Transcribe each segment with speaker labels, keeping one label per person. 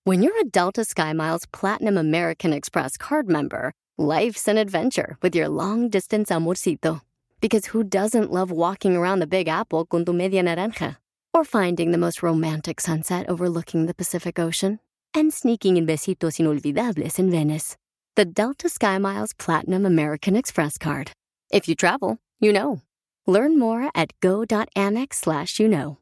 Speaker 1: When you're a Delta SkyMiles Platinum American Express card member, life's an adventure with your long-distance amorcito. Because who doesn't love walking around the Big Apple con tu media naranja? Or finding the most romantic sunset overlooking the Pacific Ocean? And sneaking in besitos inolvidables in Venice. The Delta SkyMiles Platinum American Express card. If you travel, you know. Learn more at go.amex/you-know.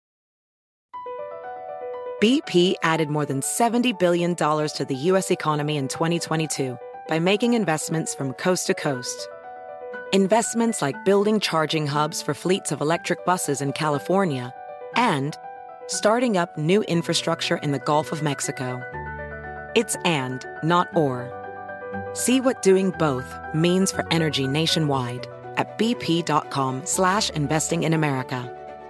Speaker 2: BP added more than $70 billion to the U.S. economy in 2022 by making investments from coast to coast. Investments like building charging hubs for fleets of electric buses in California and starting up new infrastructure in the Gulf of Mexico. It's and, not or. See what doing both means for energy nationwide at bp.com/investing in America.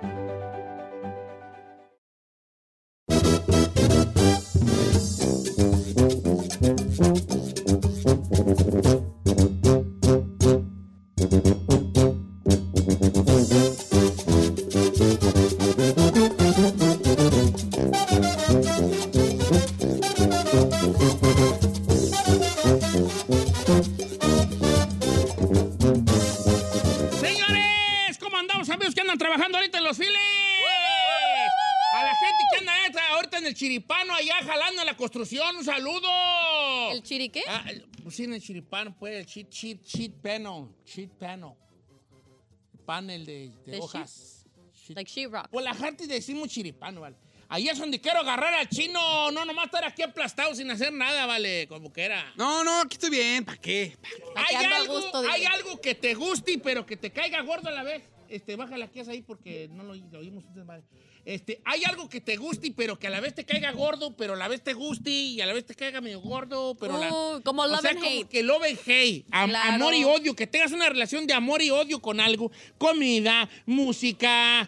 Speaker 3: Señores, ¿cómo andamos, amigos que andan trabajando ahorita en los files? A la gente que anda ahorita en el Chiripano, allá jalando en la construcción, un saludo.
Speaker 4: ¿El chiri qué?
Speaker 3: Pues sí, en el Chiripano, pues, el sheet panel. Panel de hojas.
Speaker 4: Like sheetrock.
Speaker 3: Pues la gente decimos Chiripano, ¿vale? Ahí es donde quiero agarrar al chino, no nomás estar aquí aplastado sin hacer nada, ¿vale? Como que era.
Speaker 5: No, aquí estoy bien. ¿Para qué?
Speaker 3: Hay algo que te guste, pero que te caiga gordo a la vez. Bájale aquí ahí porque no lo oímos. Vale. Hay algo que te guste, pero que a la vez te caiga gordo, pero a la vez te guste y a la vez te caiga medio gordo, pero
Speaker 4: como love and
Speaker 3: como
Speaker 4: hate.
Speaker 3: que love and hate.
Speaker 4: Claro.
Speaker 3: Amor y odio, que tengas una relación de amor y odio con algo. Comida, música,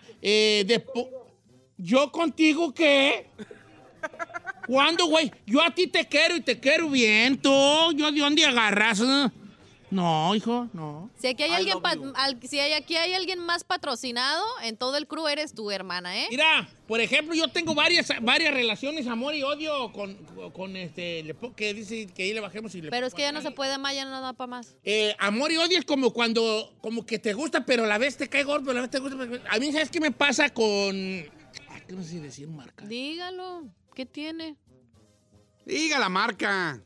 Speaker 3: ¿yo contigo qué? ¿Cuándo, güey? Yo a ti te quiero y te quiero bien, tú. ¿Yo de dónde agarras? No, hijo, no.
Speaker 4: Si aquí hay alguien más patrocinado en todo el crew, eres tú, hermana, ¿eh?
Speaker 3: Mira, por ejemplo, yo tengo varias relaciones, amor y odio con que dice que ahí le bajemos y le.
Speaker 4: Pero es que ya no se puede más, ya no da para más.
Speaker 3: Amor y odio es como como que te gusta, pero a la vez te cae gordo, pero a la vez te gusta. A mí, ¿sabes qué me pasa con. No sé si decir marca.
Speaker 4: Dígalo. ¿Qué tiene?
Speaker 5: Diga la marca.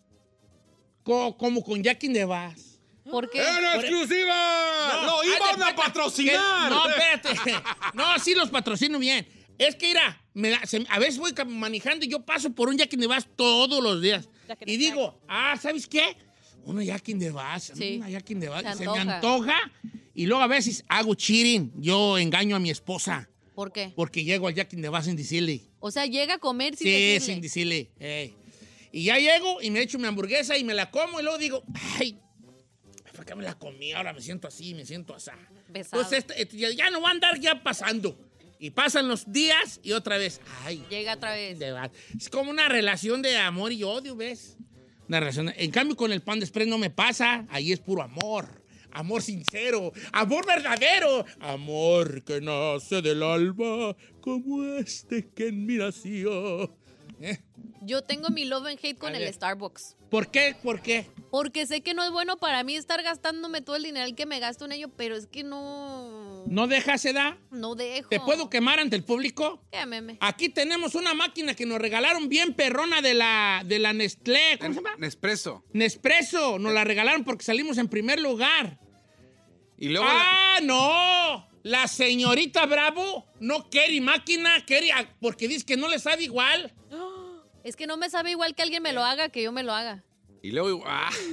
Speaker 3: Como con Jack in the Box.
Speaker 4: ¿Por qué?
Speaker 5: ¡En exclusiva! ¡Lo iban a patrocinar!
Speaker 3: No, espérate. No, sí los patrocino bien. Es que, mira, a veces voy manejando y yo paso por un Jack in the Box todos los días. Y digo, ¿sabes qué? Una Jack in the Box.
Speaker 4: Sí.
Speaker 3: Una Jack in the Box.
Speaker 4: Se
Speaker 3: me antoja. Y luego a veces hago cheating. Yo engaño a mi esposa.
Speaker 4: ¿Por qué?
Speaker 3: Porque llego al Jack in the Box sin decirle.
Speaker 4: O sea, llega a comer sin
Speaker 3: Sí,
Speaker 4: decirle.
Speaker 3: sin decirle. Y ya llego y me echo mi hamburguesa y me la como y luego digo, ay, ¿por qué me la comí? Ahora me siento así, me siento así.
Speaker 4: Besado.
Speaker 3: Entonces ya no va a andar ya pasando. Y pasan los días y otra vez, ay.
Speaker 4: Llega otra vez.
Speaker 3: Es como una relación de amor y odio, ¿ves? Una relación. En cambio, con el Pan de Express no me pasa. Ahí es puro amor. Amor sincero, amor verdadero, amor que nace del alma, como este que en mí nació.
Speaker 4: Yo tengo mi love and hate con el Starbucks.
Speaker 3: ¿Por qué? ¿Por qué?
Speaker 4: Porque sé que no es bueno para mí estar gastándome todo el dinero que me gasto en ello, pero es que no...
Speaker 3: ¿No dejas edad?
Speaker 4: No dejo.
Speaker 3: ¿Te puedo quemar ante el público?
Speaker 4: Quémeme.
Speaker 3: Aquí tenemos una máquina que nos regalaron bien perrona de la Nestlé. ¿Cómo se llama? Nespresso. Nos la regalaron porque salimos en primer lugar.
Speaker 5: Y luego
Speaker 3: no. La señorita Bravo no quiere máquina, porque dice que no le sabe igual.
Speaker 4: Es que no me sabe igual que alguien me lo haga, que yo me lo haga.
Speaker 5: Y luego,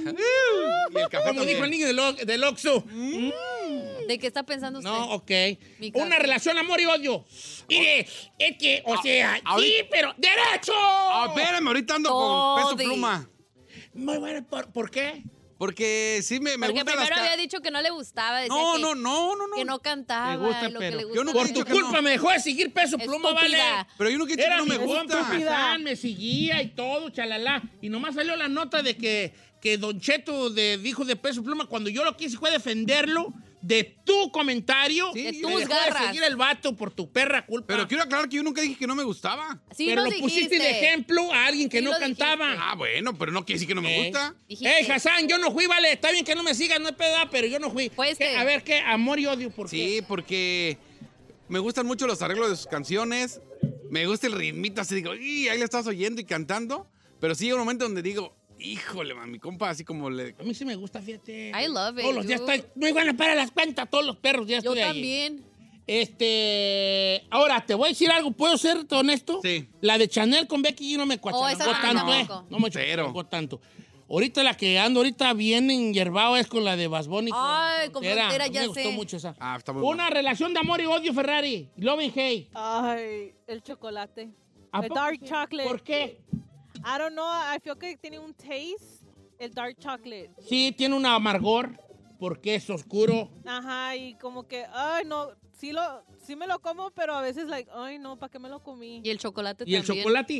Speaker 5: y el café
Speaker 3: como dijo el niño del Oxxo.
Speaker 4: ¿De qué está pensando usted?
Speaker 3: No, ok. Una relación amor y odio. Mire, es que, sí, pero ¡derecho!
Speaker 5: Espérame, ahorita ando con Peso Pluma.
Speaker 3: Muy bueno, ¿por qué?
Speaker 5: Porque sí me
Speaker 4: Porque
Speaker 5: gusta
Speaker 4: primero había dicho que no le gustaba. Decía que no cantaba.
Speaker 3: Me gusta,
Speaker 4: lo
Speaker 3: pero
Speaker 4: que le
Speaker 5: yo no
Speaker 3: por
Speaker 5: he
Speaker 3: tu
Speaker 5: dicho que
Speaker 3: culpa
Speaker 5: no.
Speaker 3: me dejó de seguir Peso Pluma, vale.
Speaker 5: Pero yo no quiero que no me gusta.
Speaker 3: Me seguía y todo, chalala. Y nomás salió la nota de que Don Cheto dijo de Peso Pluma, cuando yo lo quise fue defenderlo, de tu comentario.
Speaker 4: De
Speaker 3: me
Speaker 4: tus
Speaker 3: dejó
Speaker 4: garras.
Speaker 3: de seguir el vato por tu perra culpa.
Speaker 5: Pero quiero aclarar que yo nunca dije que no me gustaba.
Speaker 4: Sí,
Speaker 3: Pero
Speaker 4: nos
Speaker 3: lo pusiste
Speaker 4: dijiste.
Speaker 3: de ejemplo a alguien que
Speaker 4: Sí
Speaker 3: no
Speaker 4: lo dijiste.
Speaker 3: cantaba.
Speaker 5: Ah, bueno, pero no quiere decir que no me gusta.
Speaker 4: Dijiste.
Speaker 3: Ey, Hassan, yo no fui, vale. Está bien que no me sigas, no es peda, pero yo no fui.
Speaker 4: Pues
Speaker 3: ¿Qué?
Speaker 4: que-
Speaker 3: A ver, ¿qué? Amor y odio, ¿por qué?
Speaker 5: Sí, porque me gustan mucho los arreglos de sus canciones. Me gusta el ritmito, así digo, y ahí le estás oyendo y cantando. Pero sí llega un momento donde digo, híjole, man, mi compa, así como le...
Speaker 3: A mí sí me gusta, fíjate.
Speaker 4: I love it,
Speaker 3: Todos los días
Speaker 4: dude.
Speaker 3: estoy... No iban a parar las cuentas, todos los perros ya
Speaker 4: Yo
Speaker 3: estoy ahí.
Speaker 4: también.
Speaker 3: Ahora, te voy a decir algo. ¿Puedo ser honesto?
Speaker 5: Sí.
Speaker 3: La de Chanel con Becky G no me cuachangó
Speaker 4: esa
Speaker 3: tanto,
Speaker 4: tampoco.
Speaker 3: No me
Speaker 5: Cero.
Speaker 3: cuachangó tanto. Ahorita la que ando ahorita bien enyerbado es con la de Bad Bunny.
Speaker 4: Ay, con Frontera,
Speaker 3: A mí
Speaker 4: ya
Speaker 3: me gustó
Speaker 4: sé.
Speaker 3: mucho esa.
Speaker 5: Ah, está muy
Speaker 3: Una
Speaker 5: bueno.
Speaker 3: relación de amor y odio, Ferrari. Love and hate.
Speaker 6: Ay, el chocolate.
Speaker 3: ¿A
Speaker 6: El
Speaker 3: poco
Speaker 6: dark
Speaker 3: sí?
Speaker 6: chocolate.
Speaker 3: ¿Por qué?
Speaker 6: I don't know, I feel que tiene un taste, el dark chocolate.
Speaker 3: Sí, tiene un amargor porque es oscuro.
Speaker 6: Ajá, y como que, ay, no, sí me lo como, pero a veces, like, ay, no, ¿para qué me lo comí?
Speaker 4: Y el chocolate
Speaker 3: ¿Y el
Speaker 4: también.
Speaker 3: chocolate?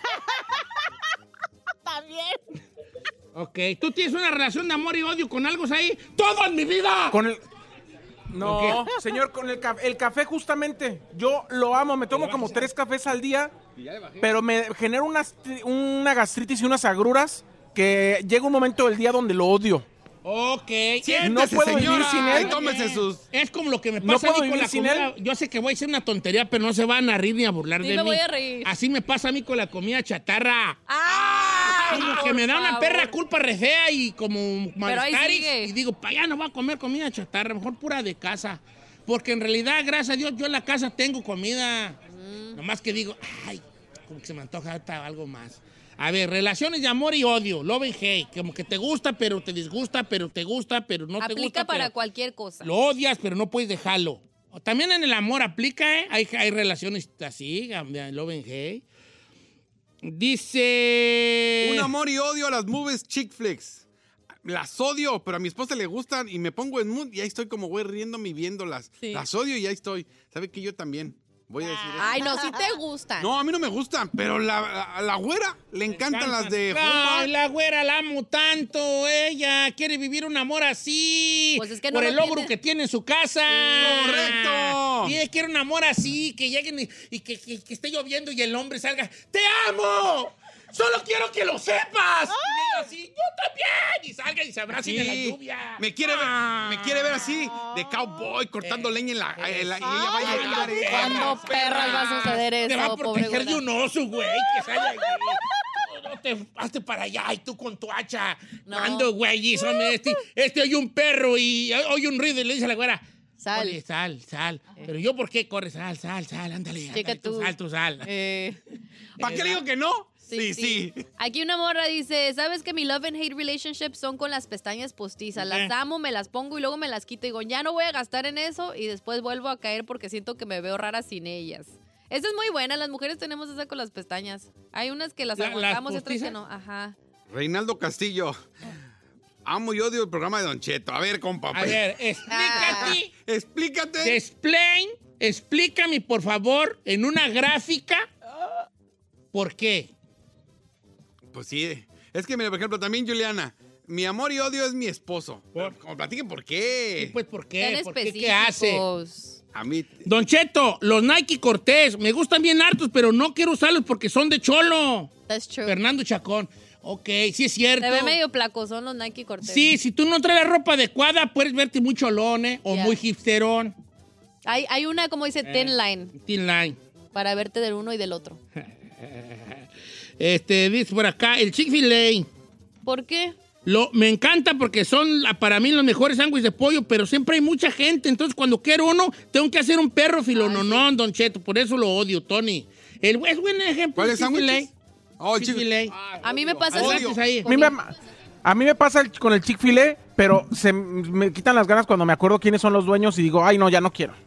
Speaker 6: También.
Speaker 3: Ok. ¿Tú tienes una relación de amor y odio con algo ahí? ¡Todo en mi vida!
Speaker 7: Con el... No, señor, con el café justamente. Yo lo amo, me tomo como 3 cafés al día, pero me genera una gastritis y unas agruras que llega un momento del día donde lo odio.
Speaker 3: Ok.
Speaker 5: Siéntese,
Speaker 7: no puedo vivir
Speaker 5: señora,
Speaker 7: sin él.
Speaker 5: y tómese sus...
Speaker 3: Es como lo que me
Speaker 7: No
Speaker 3: pasa a
Speaker 7: puedo
Speaker 3: mí con
Speaker 7: vivir
Speaker 3: la
Speaker 7: sin
Speaker 3: comida.
Speaker 7: él.
Speaker 3: Yo sé que voy a decir una tontería, pero no se van a reír ni a burlar
Speaker 4: Sí,
Speaker 3: de
Speaker 4: me
Speaker 3: mí.
Speaker 4: voy a reír.
Speaker 3: Así me pasa a mí con la comida chatarra.
Speaker 4: ¡Ay!
Speaker 3: Como que
Speaker 4: por
Speaker 3: me da una
Speaker 4: favor.
Speaker 3: perra culpa re fea y como
Speaker 4: ahí
Speaker 3: malestares.
Speaker 4: sigue.
Speaker 3: Y digo, para allá no voy a comer comida chatarra, mejor pura de casa. Porque en realidad, gracias a Dios, yo en la casa tengo comida. Nomás que digo, ay, como que se me antoja ahorita algo más. A ver, relaciones de amor y odio, love and hate. Como que te gusta, pero te disgusta, pero te gusta, pero no te gusta.
Speaker 4: Aplica para
Speaker 3: pero
Speaker 4: cualquier cosa.
Speaker 3: lo odias, pero no puedes dejarlo. También en el amor aplica, ¿eh? Hay relaciones así, de love and hate. Dice...
Speaker 5: Un amor y odio a las movies chick flicks. Las odio, pero a mi esposa le gustan y me pongo en mood y ahí estoy como güey riéndome y viéndolas.
Speaker 4: Sí.
Speaker 5: Las odio y ahí estoy. ¿Sabe que yo también? Voy a decir eso.
Speaker 4: Ay, no, sí te gustan.
Speaker 5: No, a mí no me gustan, pero a la güera le encantan las de
Speaker 3: Ay,
Speaker 5: Hallmark.
Speaker 3: la güera la amo tanto. Ella quiere vivir un amor así.
Speaker 4: Pues es que no
Speaker 3: por
Speaker 4: lo
Speaker 3: el logro
Speaker 4: tiene.
Speaker 3: que tiene en su casa.
Speaker 5: correcto.
Speaker 3: Y ella quiere un amor así, que lleguen y que esté lloviendo y el hombre salga. ¡Te amo! ¡Solo quiero que lo sepas! Y ella así, ¡yo también! Y salga y se abracen en la lluvia.
Speaker 5: Me quiere ver así, de cowboy, cortando leña en la... y ella va a llegar.
Speaker 4: ¿Cuándo perras va a suceder eso,
Speaker 3: Te va a
Speaker 4: pobre
Speaker 3: proteger de
Speaker 4: güera?
Speaker 3: un oso, güey, que sale allí. No te hazte para allá y tú con tu hacha.
Speaker 4: No.
Speaker 3: ¿Cuándo, güey? Y son este oye un perro y oye un ruido y le dice a la güera,
Speaker 4: Sal.
Speaker 3: oye, sal. Pero yo, ¿por qué corres? Sal, ándale.
Speaker 4: Checa
Speaker 3: ándale,
Speaker 4: tú.
Speaker 3: tú sal.
Speaker 5: ¿Para qué le digo que no?
Speaker 4: Sí, sí. Aquí una morra dice, ¿sabes que mi love and hate relationships son con las pestañas postizas? Las amo, me las pongo y luego me las quito. Y digo, ya no voy a gastar en eso y después vuelvo a caer porque siento que me veo rara sin ellas. Esa es muy buena, las mujeres tenemos esa con las pestañas. Hay unas que las
Speaker 3: ¿Las
Speaker 4: aguantamos y otras que
Speaker 3: postizas?
Speaker 4: no. Ajá.
Speaker 5: Reinaldo Castillo. Amo y odio el programa de Don Cheto. A ver, compa.
Speaker 3: A ver,
Speaker 5: Explícate.
Speaker 3: explícame, por favor, en una gráfica, ¿por qué?
Speaker 5: Pues sí. Es que, mira, por ejemplo, también Juliana. Mi amor y odio es mi esposo.
Speaker 3: ¿Por?
Speaker 5: Como platiquen por qué.
Speaker 3: Pues, ¿por
Speaker 4: Sean
Speaker 3: qué? ¿Por qué? ¿Qué hace?
Speaker 4: específicos.
Speaker 5: A mí...
Speaker 3: Don Cheto, los Nike Cortés, me gustan bien hartos, pero no quiero usarlos porque son de cholo.
Speaker 4: That's true.
Speaker 3: Fernando Chacón. Ok, sí es cierto.
Speaker 4: Se ve medio placosón los Nike Cortez.
Speaker 3: Sí, si tú no traes la ropa adecuada, puedes verte muy cholón, ¿eh? O
Speaker 4: Yeah.
Speaker 3: muy hipsterón.
Speaker 4: Hay una, como dice, thin line,
Speaker 3: Thin line.
Speaker 4: para verte del uno y del otro.
Speaker 3: Dice por acá, el Chick-fil-A.
Speaker 4: ¿Por qué?
Speaker 3: Me encanta porque son para mí los mejores sándwiches de pollo, pero siempre hay mucha gente. Entonces, cuando quiero uno, tengo que hacer un perro filononón, Don Cheto. Por eso lo odio, Tony. Es buen ejemplo.
Speaker 5: ¿Cuáles sándwiches? Oh, el
Speaker 3: Chick-fil-A.
Speaker 4: A mí me pasa
Speaker 5: Odio.
Speaker 4: eso.
Speaker 3: Ahí.
Speaker 7: A mí me pasa con el Chick-fil-A, pero me quitan las ganas cuando me acuerdo quiénes son los dueños y digo, ay, no, ya no quiero.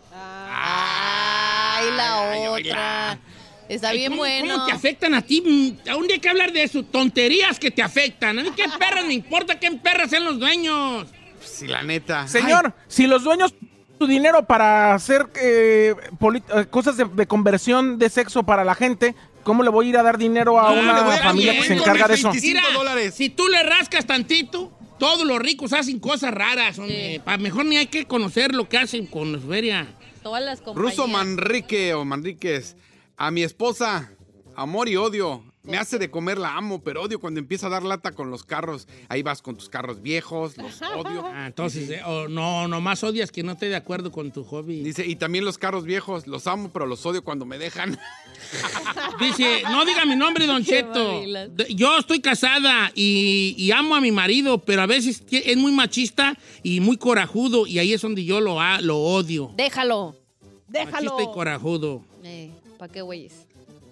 Speaker 4: Ay, la otra. Está
Speaker 3: Ay,
Speaker 4: bien bueno.
Speaker 3: ¿Cómo te afectan a ti? Aún hay que hablar de eso. Tonterías que te afectan. A mí qué perras me importa qué perras sean los dueños.
Speaker 5: Sí, la neta.
Speaker 7: Señor, si los dueños tu dinero para hacer cosas de conversión de sexo para la gente, ¿cómo le voy a ir a dar dinero a
Speaker 5: No, le voy
Speaker 7: una
Speaker 5: a dar
Speaker 7: familia que se
Speaker 5: bien,
Speaker 7: encarga de eso?
Speaker 5: 25 dólares.
Speaker 3: Si tú le rascas tantito, todos los ricos hacen cosas raras, hombre. Mejor ni hay que conocer lo que hacen con la feria.
Speaker 4: Todas las compañías.
Speaker 5: Ruso Manrique o Manríquez. A mi esposa, amor y odio. Me hace de comer, la amo, pero odio cuando empieza a dar lata con los carros. Ahí vas con tus carros viejos, los odio.
Speaker 3: Entonces, nomás odias que no esté de acuerdo con tu hobby.
Speaker 5: Dice, y también los carros viejos, los amo, pero los odio cuando me dejan.
Speaker 3: Dice, no diga mi nombre, Don Cheto. Yo estoy casada y amo a mi marido, pero a veces es muy machista y muy corajudo, y ahí es donde yo lo odio.
Speaker 4: Déjalo.
Speaker 3: Machista y corajudo.
Speaker 4: ¿Para qué, güeyes?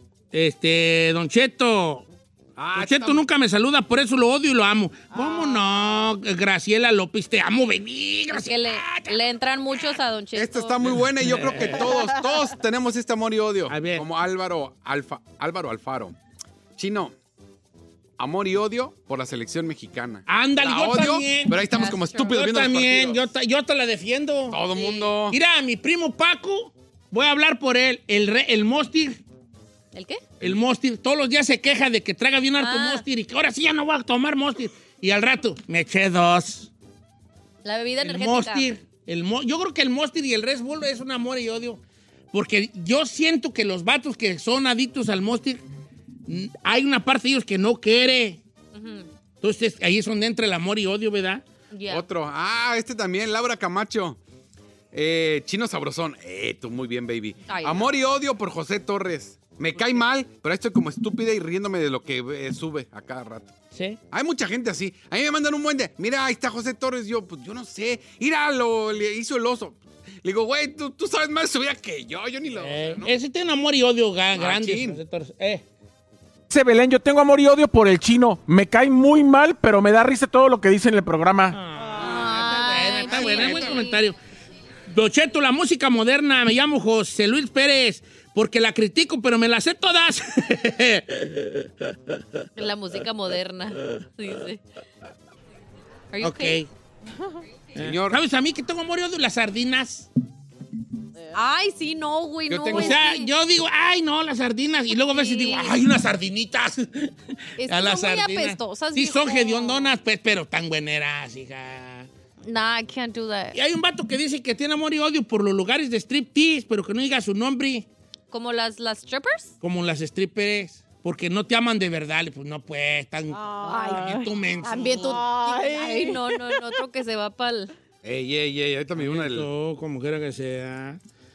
Speaker 3: Don Cheto. Don Cheto nunca me saluda, por eso lo odio y lo amo. ¿Cómo no? Graciela López, te amo, baby.
Speaker 4: Graciela. Le entran muchos a Don Cheto.
Speaker 5: Esta está muy buena y yo creo que todos tenemos este amor y odio.
Speaker 3: A ver.
Speaker 5: Como Álvaro Alfaro. Chino, amor y odio por la selección mexicana.
Speaker 3: Ándale, yo
Speaker 5: odio,
Speaker 3: también.
Speaker 5: pero ahí estamos como estúpidos viendo los partidos.
Speaker 3: Yo te la defiendo.
Speaker 5: Todo mundo.
Speaker 3: Mira, mi primo Paco, voy a hablar por él, el Mostir.
Speaker 4: ¿El qué?
Speaker 3: El Mostir, todos los días se queja de que traga bien harto Mostir y que ahora sí ya no voy a tomar Mostir. Y al rato, me eché 2.
Speaker 4: La bebida energética.
Speaker 3: Mostir, yo creo que el Mostir y el Red Bull es un amor y odio. Porque yo siento que los vatos que son adictos al Mostir, hay una parte de ellos que no quiere. Entonces, ahí es donde entra el amor y odio, ¿verdad?
Speaker 4: Yeah.
Speaker 5: Otro. Este también, Laura Camacho. Chino sabrosón. Tú muy bien, baby.
Speaker 4: Ay,
Speaker 5: amor y odio por José Torres. Me cae mal, pero estoy como estúpida y riéndome de lo que sube a cada rato.
Speaker 3: Sí.
Speaker 5: Hay mucha gente así. A mí me mandan un buen de, mira, ahí está José Torres. Yo no sé. Mira, le hizo el oso. Le digo, güey, tú sabes más de su vida que yo ni lo... ¿no?
Speaker 3: Ese tiene un amor y odio grande.
Speaker 5: Machín.
Speaker 3: José Torres.
Speaker 7: Dice Belén, yo tengo amor y odio por el Chino. Me cae muy mal, pero me da risa todo lo que dice en el programa.
Speaker 3: Está bueno, es buen comentario. Don Cheto, la música moderna, me llamo José Luis Pérez, porque la critico, pero me la sé todas.
Speaker 4: La música moderna. Dice. Are you
Speaker 3: Ok.
Speaker 4: okay?
Speaker 5: Señor.
Speaker 3: ¿Sabes a mí que tengo amor y odio? Las sardinas.
Speaker 4: Ay, sí, no, güey,
Speaker 5: Yo
Speaker 4: no.
Speaker 5: tengo-
Speaker 3: O sea, yo digo, ay, no, las sardinas. Y luego a veces
Speaker 4: Sí.
Speaker 3: digo, ay, unas sardinitas.
Speaker 4: Es que
Speaker 3: A las
Speaker 4: son muy
Speaker 3: sardinas.
Speaker 4: apestosas,
Speaker 3: Sí, son
Speaker 4: viejo.
Speaker 3: hediondonas, pues, pero tan bueneras, hija.
Speaker 4: Nah, I can't do that.
Speaker 3: Y hay un vato que dice que tiene amor y odio por los lugares de striptease, pero que no diga su nombre,
Speaker 4: ¿Como las strippers?
Speaker 3: como las strippers, porque no te aman de verdad. Pues no, pues, tan...
Speaker 6: Ay.
Speaker 3: tú menso.
Speaker 4: También tú.
Speaker 6: Ay.
Speaker 4: Ay, no, otro que se va pa'l.
Speaker 5: Ey, ahorita me dio una del...
Speaker 3: Esto, como quiera que sea.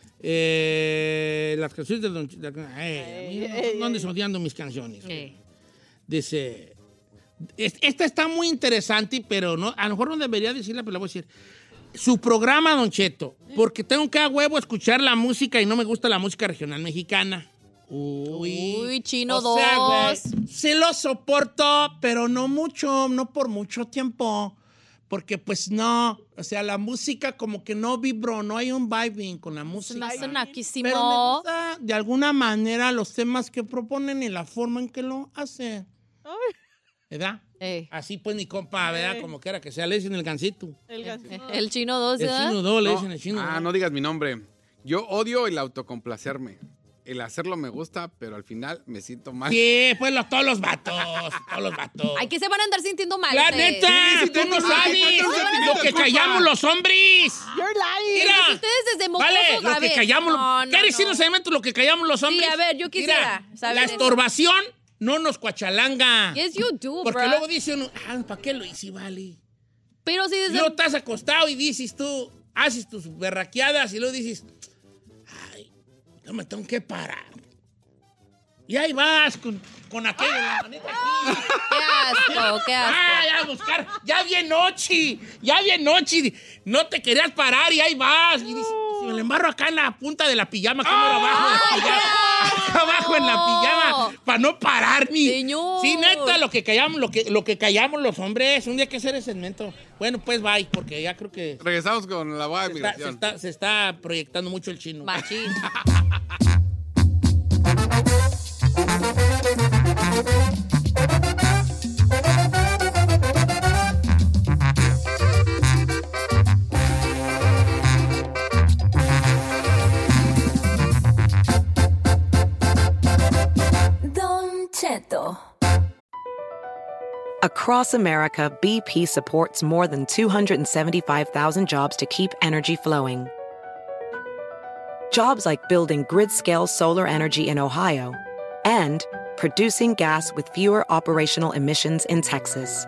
Speaker 3: Las canciones de Don Cheto. No andes odiando mis canciones. Dice... Esta está muy interesante, pero no, a lo mejor no debería decirla, pero la voy a decir. Su programa, Don Cheto, porque tengo que a huevo escuchar la música y no me gusta la música regional mexicana.
Speaker 4: Uy, Chino
Speaker 3: O sea, güey,
Speaker 4: 2.
Speaker 3: sí lo soporto, pero no mucho, no por mucho tiempo. Porque pues no, o sea, la música como que no vibró, no hay un vibing con la música.
Speaker 4: Es naquísimo.
Speaker 3: Pero me gusta de alguna manera los temas que proponen y la forma en que lo hacen. ¿Verdad? Así pues mi compa, ¿verdad? Como quiera que sea, le dicen el gancito.
Speaker 4: El Chino 2,
Speaker 3: El
Speaker 4: ¿verdad?
Speaker 3: Chino 2, le dicen el Chino 2.
Speaker 5: no digas mi nombre. Yo odio el autocomplacerme. El hacerlo me gusta, pero al final me siento mal.
Speaker 3: Sí, pues todos los vatos.
Speaker 4: Ay, que se van a andar sintiendo mal.
Speaker 3: La
Speaker 4: ustedes.
Speaker 3: neta,
Speaker 5: Sí,
Speaker 3: tú no
Speaker 5: ay,
Speaker 3: sabes
Speaker 5: tú no sabes,
Speaker 3: lo que
Speaker 5: disculpa.
Speaker 3: callamos los hombres.
Speaker 6: You're lying.
Speaker 3: Mira,
Speaker 4: Si ustedes desde mocosos,
Speaker 3: vale, lo
Speaker 4: a
Speaker 3: que
Speaker 4: ver,
Speaker 3: callamos.
Speaker 4: no,
Speaker 3: ¿Qué decir los elementos lo que callamos los hombres?
Speaker 4: a ver, yo quisiera
Speaker 3: Mira,
Speaker 4: saber
Speaker 3: la
Speaker 4: eso.
Speaker 3: estorbación no nos cuachalanga.
Speaker 4: Yes, you do,
Speaker 3: Porque
Speaker 4: bro.
Speaker 3: luego dice uno, ¿para qué lo hice, vale?
Speaker 4: Pero si
Speaker 3: Y
Speaker 4: desde...
Speaker 3: luego estás acostado y dices tú, haces tus berraqueadas y luego dices, ay, no me tengo que parar. Y ahí vas con aquello en la manita aquí.
Speaker 4: Qué asco, qué asco.
Speaker 3: Ay, a buscar. Ya bien noche. No te querías parar y ahí vas. Y dices, si me lo embarro acá en la punta de la pijama, que no abajo de la pijama. Acá abajo en la pijama. Para no parar ni.
Speaker 4: Señor.
Speaker 3: Sí, neta, lo que callamos los hombres. Un día hay que hacer ese segmento. Bueno, pues bye, porque ya creo que
Speaker 5: Regresamos con la boda de migración.
Speaker 3: se está proyectando mucho el chino.
Speaker 4: Machín.
Speaker 8: Don Cheto.
Speaker 2: Across America, BP supports more than 275,000 jobs to keep energy flowing. Jobs like building grid-scale solar energy in Ohio and producing gas with fewer operational emissions in Texas.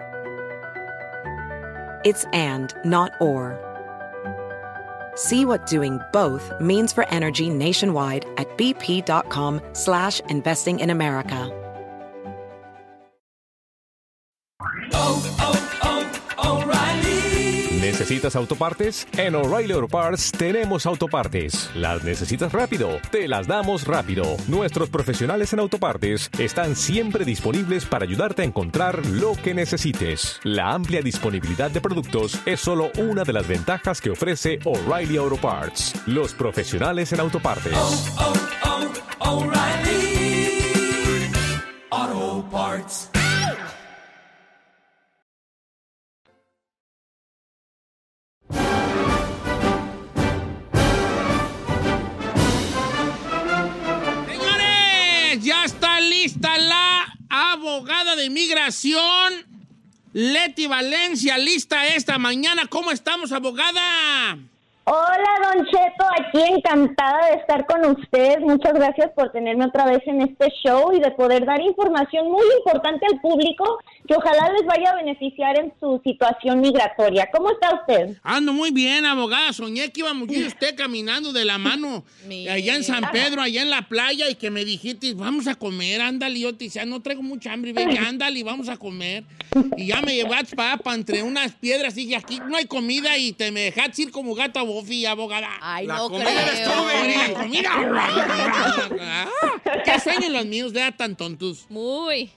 Speaker 2: It's and, not or. See what doing both means for energy nationwide at bp.com/investing in America.
Speaker 8: ¿Necesitas autopartes? En O'Reilly Auto Parts tenemos autopartes. ¿Las necesitas rápido? Te las damos rápido. Nuestros profesionales en autopartes están siempre disponibles para ayudarte a encontrar lo que necesites. La amplia disponibilidad de productos es solo una de las ventajas que ofrece O'Reilly Auto Parts. Los profesionales en autopartes.
Speaker 9: O'Reilly Auto Parts.
Speaker 3: Ya está lista la abogada de inmigración, Leti Valencia, lista esta mañana. ¿Cómo estamos, abogada?
Speaker 10: Hola, Don Cheto, aquí encantada de estar con usted. Muchas gracias por tenerme otra vez en este show y de poder dar información muy importante al público que ojalá les vaya a beneficiar en su situación migratoria. ¿Cómo está usted?
Speaker 3: Ando muy bien, abogada. Soñé que íbamos yo y usted caminando de la mano allá en San Pedro, allá en la playa, y que me dijiste, vamos a comer, ándale. Y yo te decía, no traigo mucha hambre, venga, ándale, vamos a comer. Y ya me llevaste para entre unas piedras y dije, aquí no hay comida, y te me dejaste ir como gato a bofi, abogada.
Speaker 4: Ay,
Speaker 5: La
Speaker 4: no
Speaker 5: comida eres tú,
Speaker 4: creo.
Speaker 5: baby.
Speaker 3: La comida. ¿Qué sueñan los míos de tan tontos?
Speaker 4: Muy.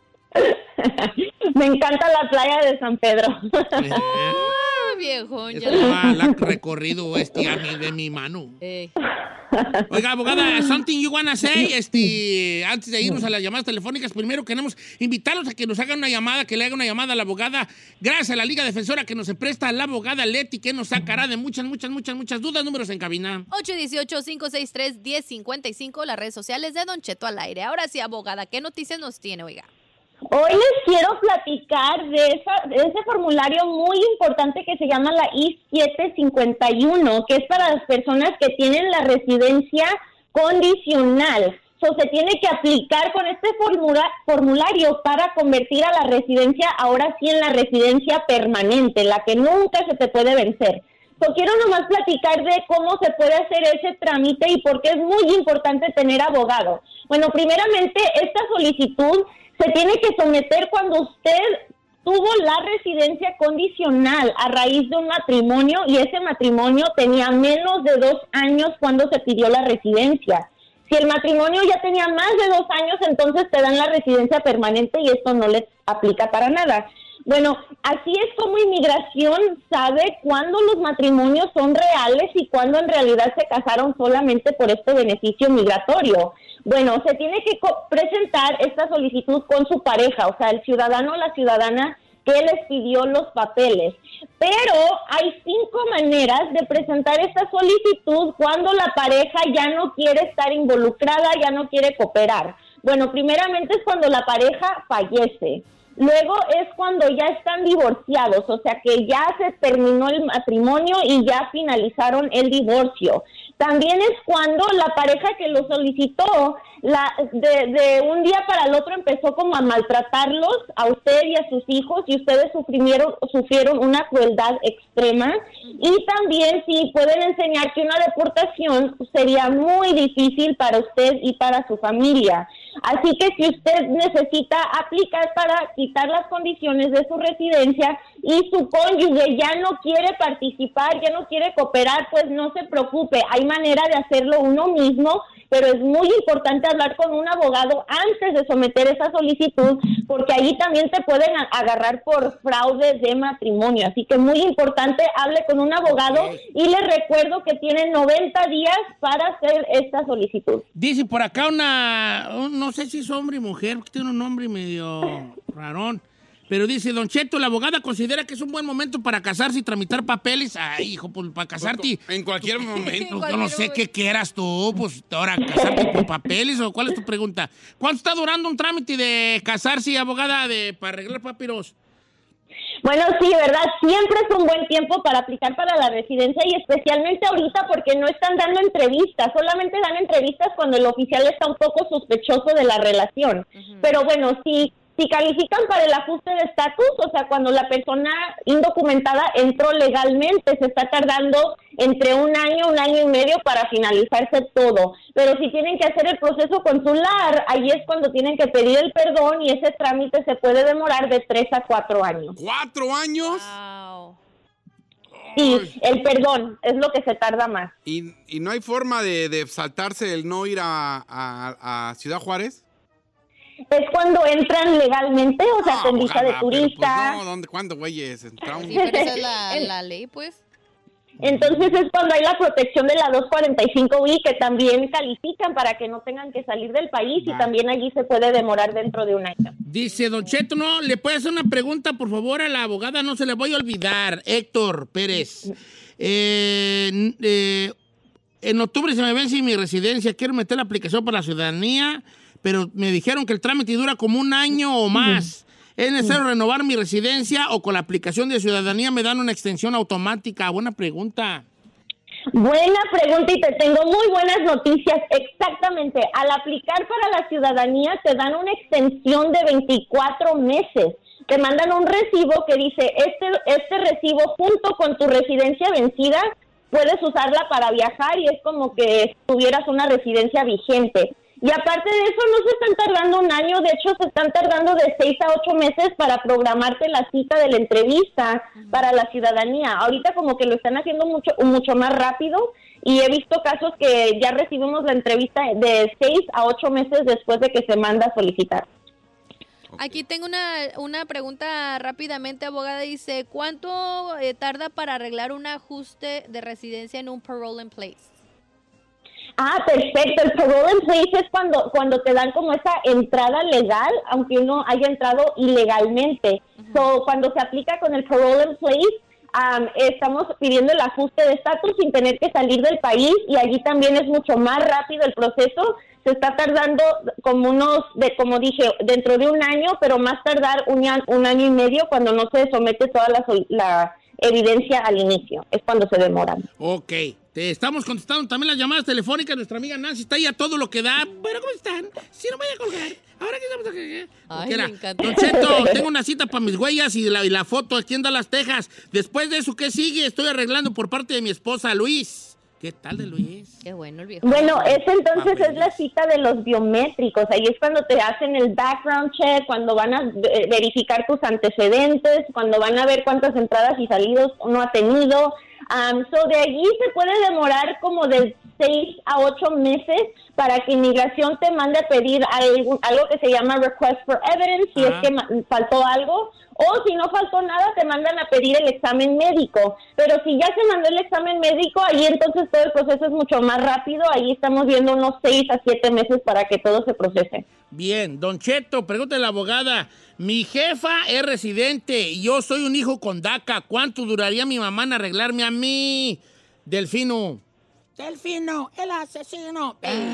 Speaker 10: Me encanta la playa de San Pedro.
Speaker 4: Ah, viejón. Ya.
Speaker 3: La recorrido de mi mano. Oiga, abogada, something you wanna say, antes de irnos a las llamadas telefónicas, primero queremos invitarlos a que nos hagan una llamada, que le haga una llamada a la abogada, gracias a la Liga Defensora que nos presta la abogada Leti, que nos sacará de muchas dudas. Números en cabina.
Speaker 4: 818-563-1055, las redes sociales de Don Cheto al aire. Ahora sí, abogada, ¿qué noticias nos tiene, oiga?
Speaker 10: Hoy les quiero platicar de ese formulario muy importante que se llama la I-751, que es para las personas que tienen la residencia condicional. Se tiene que aplicar con este formulario para convertir a la residencia, ahora sí, en la residencia permanente, la que nunca se te puede vencer. Quiero nomás platicar de cómo se puede hacer ese trámite y por qué es muy importante tener abogado. Bueno, primeramente, esta solicitud se tiene que someter cuando usted tuvo la residencia condicional a raíz de un matrimonio y ese matrimonio tenía menos de 2 años cuando se pidió la residencia. Si el matrimonio ya tenía más de 2 años, entonces te dan la residencia permanente y esto no les aplica para nada. Bueno, así es como inmigración sabe cuándo los matrimonios son reales y cuándo en realidad se casaron solamente por este beneficio migratorio. Bueno, se tiene que presentar esta solicitud con su pareja, o sea, el ciudadano o la ciudadana que les pidió los papeles. Pero hay 5 maneras de presentar esta solicitud cuando la pareja ya no quiere estar involucrada, ya no quiere cooperar. Bueno, primeramente es cuando la pareja fallece. Luego es cuando ya están divorciados, o sea que ya se terminó el matrimonio y ya finalizaron el divorcio. También es cuando la pareja que lo solicitó, de un día para el otro empezó como a maltratarlos, a usted y a sus hijos, y ustedes sufrieron una crueldad extrema. Y también sí pueden enseñar que una deportación sería muy difícil para usted y para su familia. Así que si usted necesita aplicar para quitar las condiciones de su residencia y su cónyuge ya no quiere participar, ya no quiere cooperar, pues no se preocupe, hay manera de hacerlo uno mismo, pero es muy importante hablar con un abogado antes de someter esa solicitud, porque ahí también te pueden agarrar por fraude de matrimonio. Así que muy importante, hable con un abogado y les recuerdo que tienen 90 días para hacer esta solicitud.
Speaker 3: Dice por acá no sé si es hombre y mujer, porque tiene un nombre medio rarón. Pero dice, Don Cheto, la abogada considera que es un buen momento para casarse y tramitar papeles. Ay, hijo, pues para casarte.
Speaker 5: En cualquier momento.
Speaker 3: Yo no sé qué quieras tú, pues ahora casarte por papeles o cuál es tu pregunta. ¿Cuánto está durando un trámite de casarse, abogada, para arreglar papiros?
Speaker 10: Bueno, sí, ¿verdad? Siempre es un buen tiempo para aplicar para la residencia y especialmente ahorita porque no están dando entrevistas, solamente dan entrevistas cuando el oficial está un poco sospechoso de la relación. Pero bueno, si califican para el ajuste de estatus, o sea, cuando la persona indocumentada entró legalmente, se está tardando entre un año y medio para finalizarse todo. Pero si tienen que hacer el proceso consular, ahí es cuando tienen que pedir el perdón y ese trámite se puede demorar de 3 a 4 años.
Speaker 5: ¿4 años?
Speaker 4: Wow.
Speaker 10: Sí, el perdón es lo que se tarda más.
Speaker 5: ¿Y no hay forma de saltarse el no ir a Ciudad Juárez?
Speaker 10: Es cuando entran legalmente, o sea, con visa de turista.
Speaker 5: Pues no, ¿cuándo, güeyes?
Speaker 4: Sí, pero esa es la ley, pues.
Speaker 10: Entonces es cuando hay la protección de la 245I que también califican para que no tengan que salir del país y también allí se puede demorar dentro de un año.
Speaker 3: Dice, Don Cheto, no, ¿le puede hacer una pregunta, por favor, a la abogada? No se le voy a olvidar. Héctor Pérez. En octubre se me vence mi residencia. Quiero meter la aplicación para la ciudadanía, pero me dijeron que el trámite dura como un año o más. ¿Es necesario renovar mi residencia o con la aplicación de ciudadanía me dan una extensión automática? Buena pregunta.
Speaker 10: Buena pregunta y te tengo muy buenas noticias. Exactamente, al aplicar para la ciudadanía te dan una extensión de 24 meses. Te mandan un recibo que dice, este recibo junto con tu residencia vencida, puedes usarla para viajar y es como que tuvieras una residencia vigente. Y aparte de eso, no se están tardando un año, de hecho se están tardando de 6 a 8 meses para programarte la cita de la entrevista para la ciudadanía. Ahorita como que lo están haciendo mucho más rápido y he visto casos que ya recibimos la entrevista de 6 a 8 meses después de que se manda a solicitar.
Speaker 4: Aquí tengo una pregunta rápidamente, abogada. Dice, ¿cuánto tarda para arreglar un ajuste de residencia en un parole in place?
Speaker 10: Ah, perfecto. El parole in place es cuando te dan como esa entrada legal, aunque uno haya entrado ilegalmente. So, cuando se aplica con el parole in place, estamos pidiendo el ajuste de estatus sin tener que salir del país y allí también es mucho más rápido el proceso. Se está tardando como como dije, dentro de un año, pero más tardar un año y medio cuando no se somete toda la evidencia al inicio. Es cuando se demoran.
Speaker 3: Ok. Te estamos contestando también las llamadas telefónicas. Nuestra amiga Nancy está ahí a todo lo que da. Bueno, ¿cómo están? Si no me voy a colgar. Ahora que estamos aquí.
Speaker 4: Ay, me encanta.
Speaker 3: Don Cheto, tengo una cita para mis huellas y la foto aquí en Dallas, Texas. Después de eso, ¿qué sigue? Estoy arreglando por parte de mi esposa, Luis. ¿Qué tal de Luis?
Speaker 4: Qué bueno el viejo.
Speaker 10: Bueno, ese entonces es la cita de los biométricos. Ahí es cuando te hacen el background check, cuando van a verificar tus antecedentes, cuando van a ver cuántas entradas y salidos uno ha tenido. De allí se puede demorar como de 6 a 8 meses para que inmigración te mande a pedir algo que se llama request for evidence, si es que faltó algo, o si no faltó nada, te mandan a pedir el examen médico. Pero si ya se mandó el examen médico, ahí entonces todo el proceso es mucho más rápido. Ahí estamos viendo unos 6 a 7 meses para que todo se procese.
Speaker 3: Bien, Don Cheto, pregúntale a la abogada. Mi jefa es residente y yo soy un hijo con DACA. ¿Cuánto duraría mi mamá en arreglarme a mí? Delfino. Delfino, el asesino.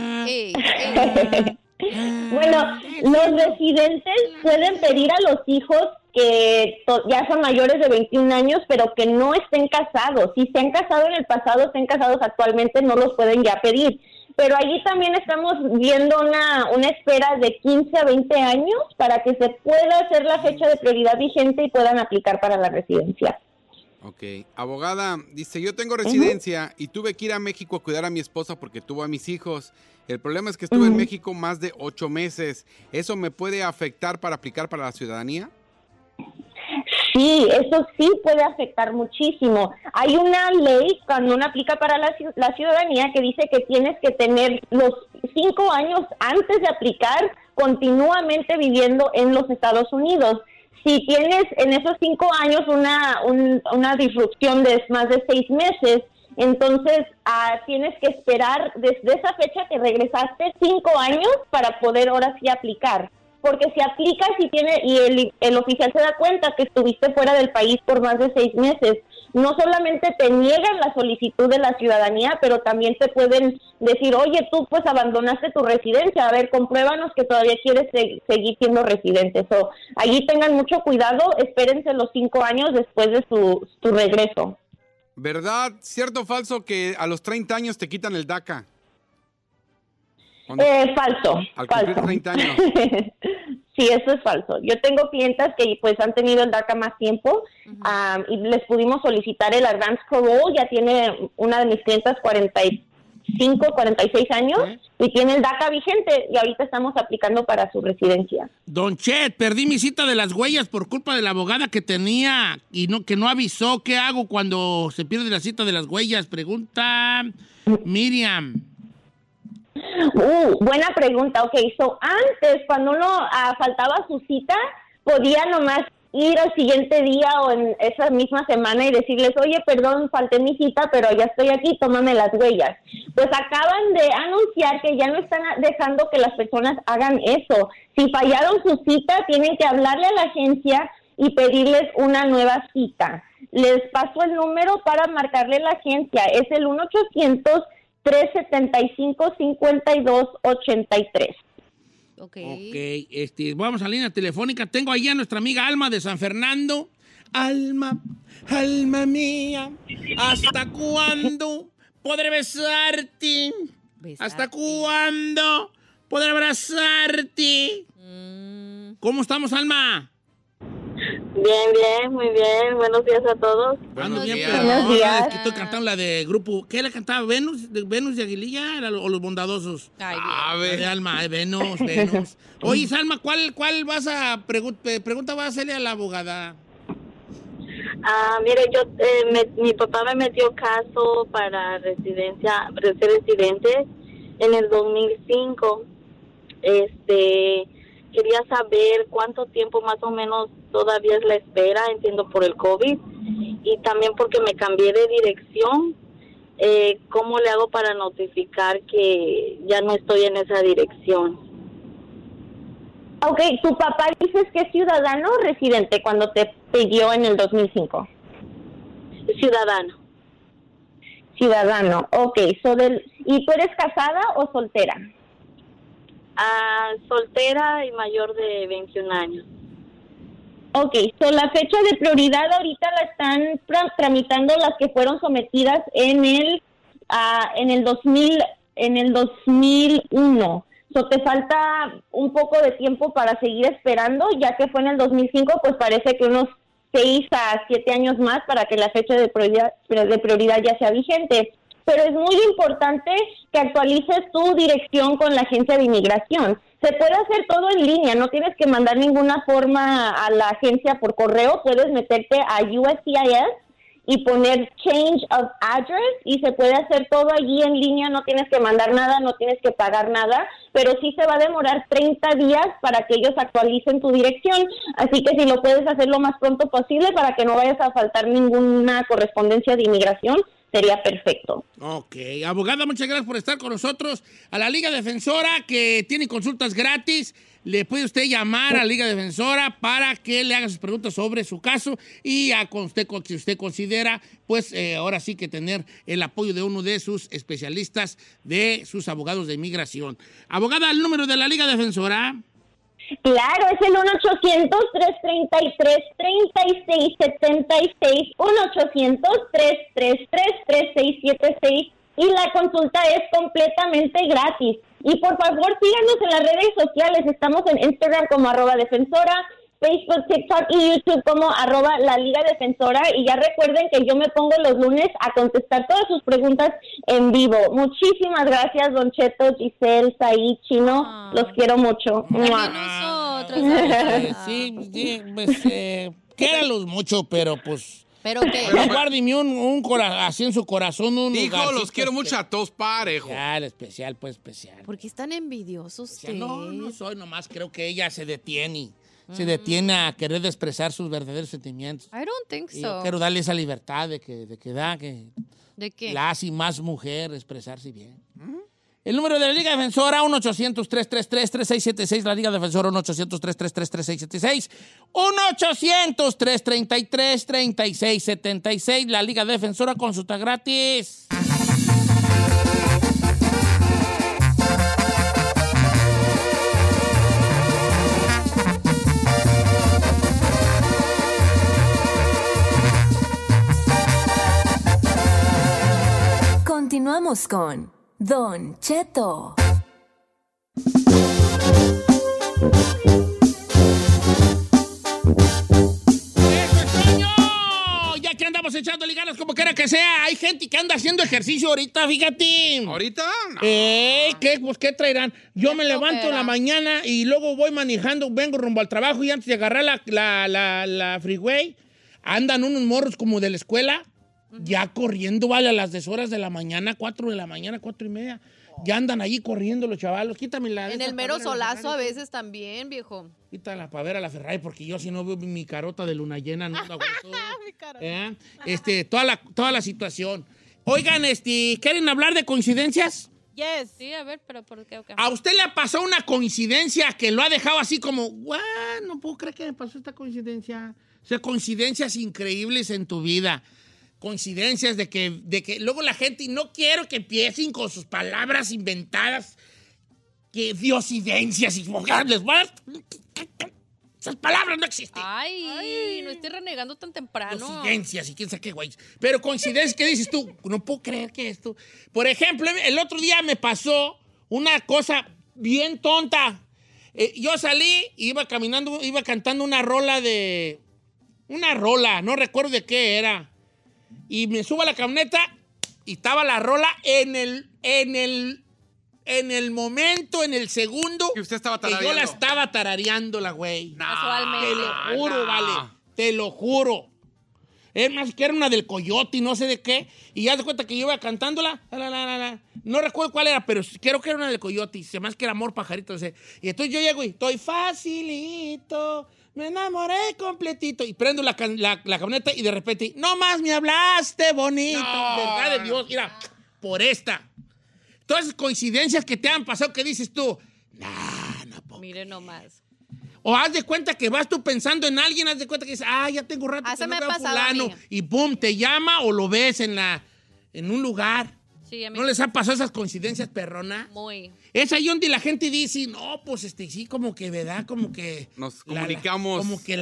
Speaker 10: Bueno, los residentes pueden pedir a los hijos que ya son mayores de 21 años, pero que no estén casados. Si se han casado en el pasado, estén casados actualmente, no los pueden ya pedir. Pero allí también estamos viendo una espera de 15 a 20 años para que se pueda hacer la fecha de prioridad vigente y puedan aplicar para la residencia.
Speaker 5: Ok. Abogada, dice, yo tengo residencia y tuve que ir a México a cuidar a mi esposa porque tuvo a mis hijos. El problema es que estuve en México más de 8 meses. ¿Eso me puede afectar para aplicar para la ciudadanía?
Speaker 10: Sí, eso sí puede afectar muchísimo. Hay una ley cuando uno aplica para la ciudadanía que dice que tienes que tener los 5 años antes de aplicar continuamente viviendo en los Estados Unidos. Si tienes en esos 5 años una disrupción de más de 6 meses, entonces tienes que esperar desde esa fecha que regresaste 5 años para poder ahora sí aplicar. porque si aplicas y el oficial se da cuenta que estuviste fuera del país por más de 6 meses, no solamente te niegan la solicitud de la ciudadanía, pero también te pueden decir, oye, tú pues abandonaste tu residencia, a ver, compruébanos que todavía quieres seguir siendo residente. So, allí tengan mucho cuidado, espérense los 5 años después de tu regreso.
Speaker 5: ¿Verdad? ¿Cierto o falso que a los 30 años te quitan el DACA?
Speaker 10: Falso.
Speaker 5: Al cumplir 30 años.
Speaker 10: Sí, eso es falso. Yo tengo clientas que pues han tenido el DACA más tiempo y les pudimos solicitar el Advance Parole. Ya tiene una de mis clientas 45, 46 años y tiene el DACA vigente y ahorita estamos aplicando para su residencia.
Speaker 3: Don Chet, perdí mi cita de las huellas por culpa de la abogada que tenía y que no avisó. ¿Qué hago cuando se pierde la cita de las huellas? Pregunta Miriam.
Speaker 10: Buena pregunta. Ok, so antes, cuando uno faltaba su cita, podía nomás ir al siguiente día o en esa misma semana y decirles, oye, perdón, falté mi cita, pero ya estoy aquí, tómame las huellas. Pues acaban de anunciar que ya no están dejando que las personas hagan eso. Si fallaron su cita, tienen que hablarle a la agencia y pedirles una nueva cita. Les paso el número para marcarle a la agencia. Es el 1-800-375-5283.
Speaker 4: Ok.
Speaker 3: Vamos a la línea telefónica. Tengo ahí a nuestra amiga Alma de San Fernando. Alma, alma mía, ¿hasta cuándo podré besarte? ¿Hasta cuándo podré abrazarte? ¿Cómo estamos, Alma?
Speaker 11: Bien, muy bien. Buenos días a todos.
Speaker 3: Buenos días. Es que estoy cantando la de grupo. ¿Qué la cantaba? ¿Venus de Aguililla o Los Bondadosos?
Speaker 4: A
Speaker 3: ver. De Alma, Venus. Oye, Alma, ¿cuál vas a pregunta vas a hacerle a la abogada?
Speaker 11: Mire, mi papá me metió caso para ser residente en el 2005. Quería saber cuánto tiempo más o menos todavía es la espera, entiendo por el COVID, y también porque me cambié de dirección. ¿Cómo le hago para notificar que ya no estoy en esa dirección?
Speaker 10: Ok, ¿tu papá dices que es ciudadano o residente cuando te pidió en el 2005?
Speaker 11: Ciudadano.
Speaker 10: Ciudadano, ok. ¿Y tú eres casada o soltera?
Speaker 11: Soltera y mayor de 21 años.
Speaker 10: Ok, la fecha de prioridad ahorita la están tramitando las que fueron sometidas en el 2001. Te falta un poco de tiempo para seguir esperando, ya que fue en el 2005, pues parece que unos 6 a 7 años más para que la fecha de prioridad ya sea vigente. Pero es muy importante que actualices tu dirección con la agencia de inmigración. Se puede hacer todo en línea, no tienes que mandar ninguna forma a la agencia por correo. Puedes meterte a USCIS y poner Change of Address y se puede hacer todo allí en línea, no tienes que mandar nada, no tienes que pagar nada, pero sí se va a demorar 30 días para que ellos actualicen tu dirección, así que si lo puedes hacer lo más pronto posible para que no vayas a faltar ninguna correspondencia de inmigración, sería perfecto.
Speaker 3: Ok. Abogada, muchas gracias por estar con nosotros. A la Liga Defensora, que tiene consultas gratis, le puede usted llamar a la Liga Defensora para que le haga sus preguntas sobre su caso y si usted considera, pues ahora sí que tener el apoyo de uno de sus especialistas, de sus abogados de inmigración. Abogada, el número de la Liga Defensora.
Speaker 10: Claro, es el 1-800-333-3676, 1-800-333-3676 y la consulta es completamente gratis. Y por favor, síganos en las redes sociales, estamos en Instagram como @defensora, Facebook, TikTok y YouTube como @la Liga Defensora. Y ya recuerden que yo me pongo los lunes a contestar todas sus preguntas en vivo. Muchísimas gracias, Don Cheto, Giselle, Saí, Chino. Los quiero mucho.
Speaker 3: Sí, pues quiéralos mucho, pero pues...
Speaker 4: ¿Pero qué?
Speaker 3: Guárdeme un así en su corazón.
Speaker 5: Dijo, los quiero mucho a todos parejo.
Speaker 3: Especial, pues especial.
Speaker 4: ¿Por qué están envidiosos ustedes?
Speaker 3: No soy, nomás creo que ella se detiene. Se detiene a querer expresar sus verdaderos sentimientos.
Speaker 4: I don't think so.
Speaker 3: Yo quiero darle esa libertad de que
Speaker 4: ¿De qué?
Speaker 3: la hace más mujer expresarse bien. El número de la Liga Defensora, 1-800-333-3676. La Liga Defensora, 1-800-333-3676. 1-800-333-3676. La Liga Defensora, consulta gratis.
Speaker 12: Continuamos con Don Cheto.
Speaker 3: Ya que andamos echando liganas como quiera que sea, hay gente que anda haciendo ejercicio ahorita, fíjate.
Speaker 5: ¿Ahorita? No.
Speaker 3: ¿Qué traerán? Yo me levanto en la mañana y luego voy manejando, vengo rumbo al trabajo y antes de agarrar la freeway, andan unos morros como de la escuela, ya corriendo, vale, a las 10 horas de la mañana, 4 de la mañana, 4:30. Ya andan allí corriendo los chavalos. Quítame la...
Speaker 4: En el mero solazo a veces también, viejo.
Speaker 3: Quítala para ver a la Ferrari, porque yo si no veo mi carota de luna llena, no la aguanto.
Speaker 6: Mi carota.
Speaker 3: Toda la situación. Oigan, ¿quieren hablar de coincidencias?
Speaker 6: Yes.
Speaker 4: Sí, a ver, pero ¿por qué? Okay.
Speaker 3: ¿A usted le pasó una coincidencia que lo ha dejado así como, no puedo creer que me pasó esta coincidencia? O sea, coincidencias increíbles en tu vida. Coincidencias de que luego la gente, y no quiero que empiecen con sus palabras inventadas, que diosidencias y les voy a... Esas palabras no existen.
Speaker 4: Ay, no estoy renegando tan temprano.
Speaker 3: Diosidencias y quién sabe qué güey. Pero coincidencias, ¿qué dices tú? No puedo creer que esto... Por ejemplo, el otro día me pasó una cosa bien tonta. Yo salí, iba caminando, iba cantando una rola, no recuerdo de qué era. Y me subo a la camioneta y estaba la rola en el momento, en el segundo
Speaker 5: que usted estaba
Speaker 3: que yo la estaba tarareando, la güey.
Speaker 4: Casualmente.
Speaker 3: Te lo juro, vale. Te lo juro. Es más, que era una del Coyote y no sé de qué. Y ya te cuenta que yo iba cantándola. No recuerdo cuál era, pero creo que era una del Coyote. Y se me hace que era Amor Pajarito. Y entonces yo llego y estoy facilito. Me enamoré completito. Y prendo la camioneta y de repente, no más me hablaste bonito. Verdad de Dios, mira, por esta. Todas esas coincidencias que te han pasado que dices tú, no puedo.
Speaker 4: Mire nomás.
Speaker 3: O haz de cuenta que vas tú pensando en alguien, haz de cuenta que dices, ya tengo rato que no veo a fulano. Y pum, te llama o lo ves en un lugar.
Speaker 4: Sí, a mí
Speaker 3: ¿No les ha pasado esas coincidencias, perrona?
Speaker 4: Muy.
Speaker 3: Es ahí donde la gente dice, no, pues sí, como que, ¿verdad? Como que...
Speaker 5: Nos comunicamos.
Speaker 3: Como que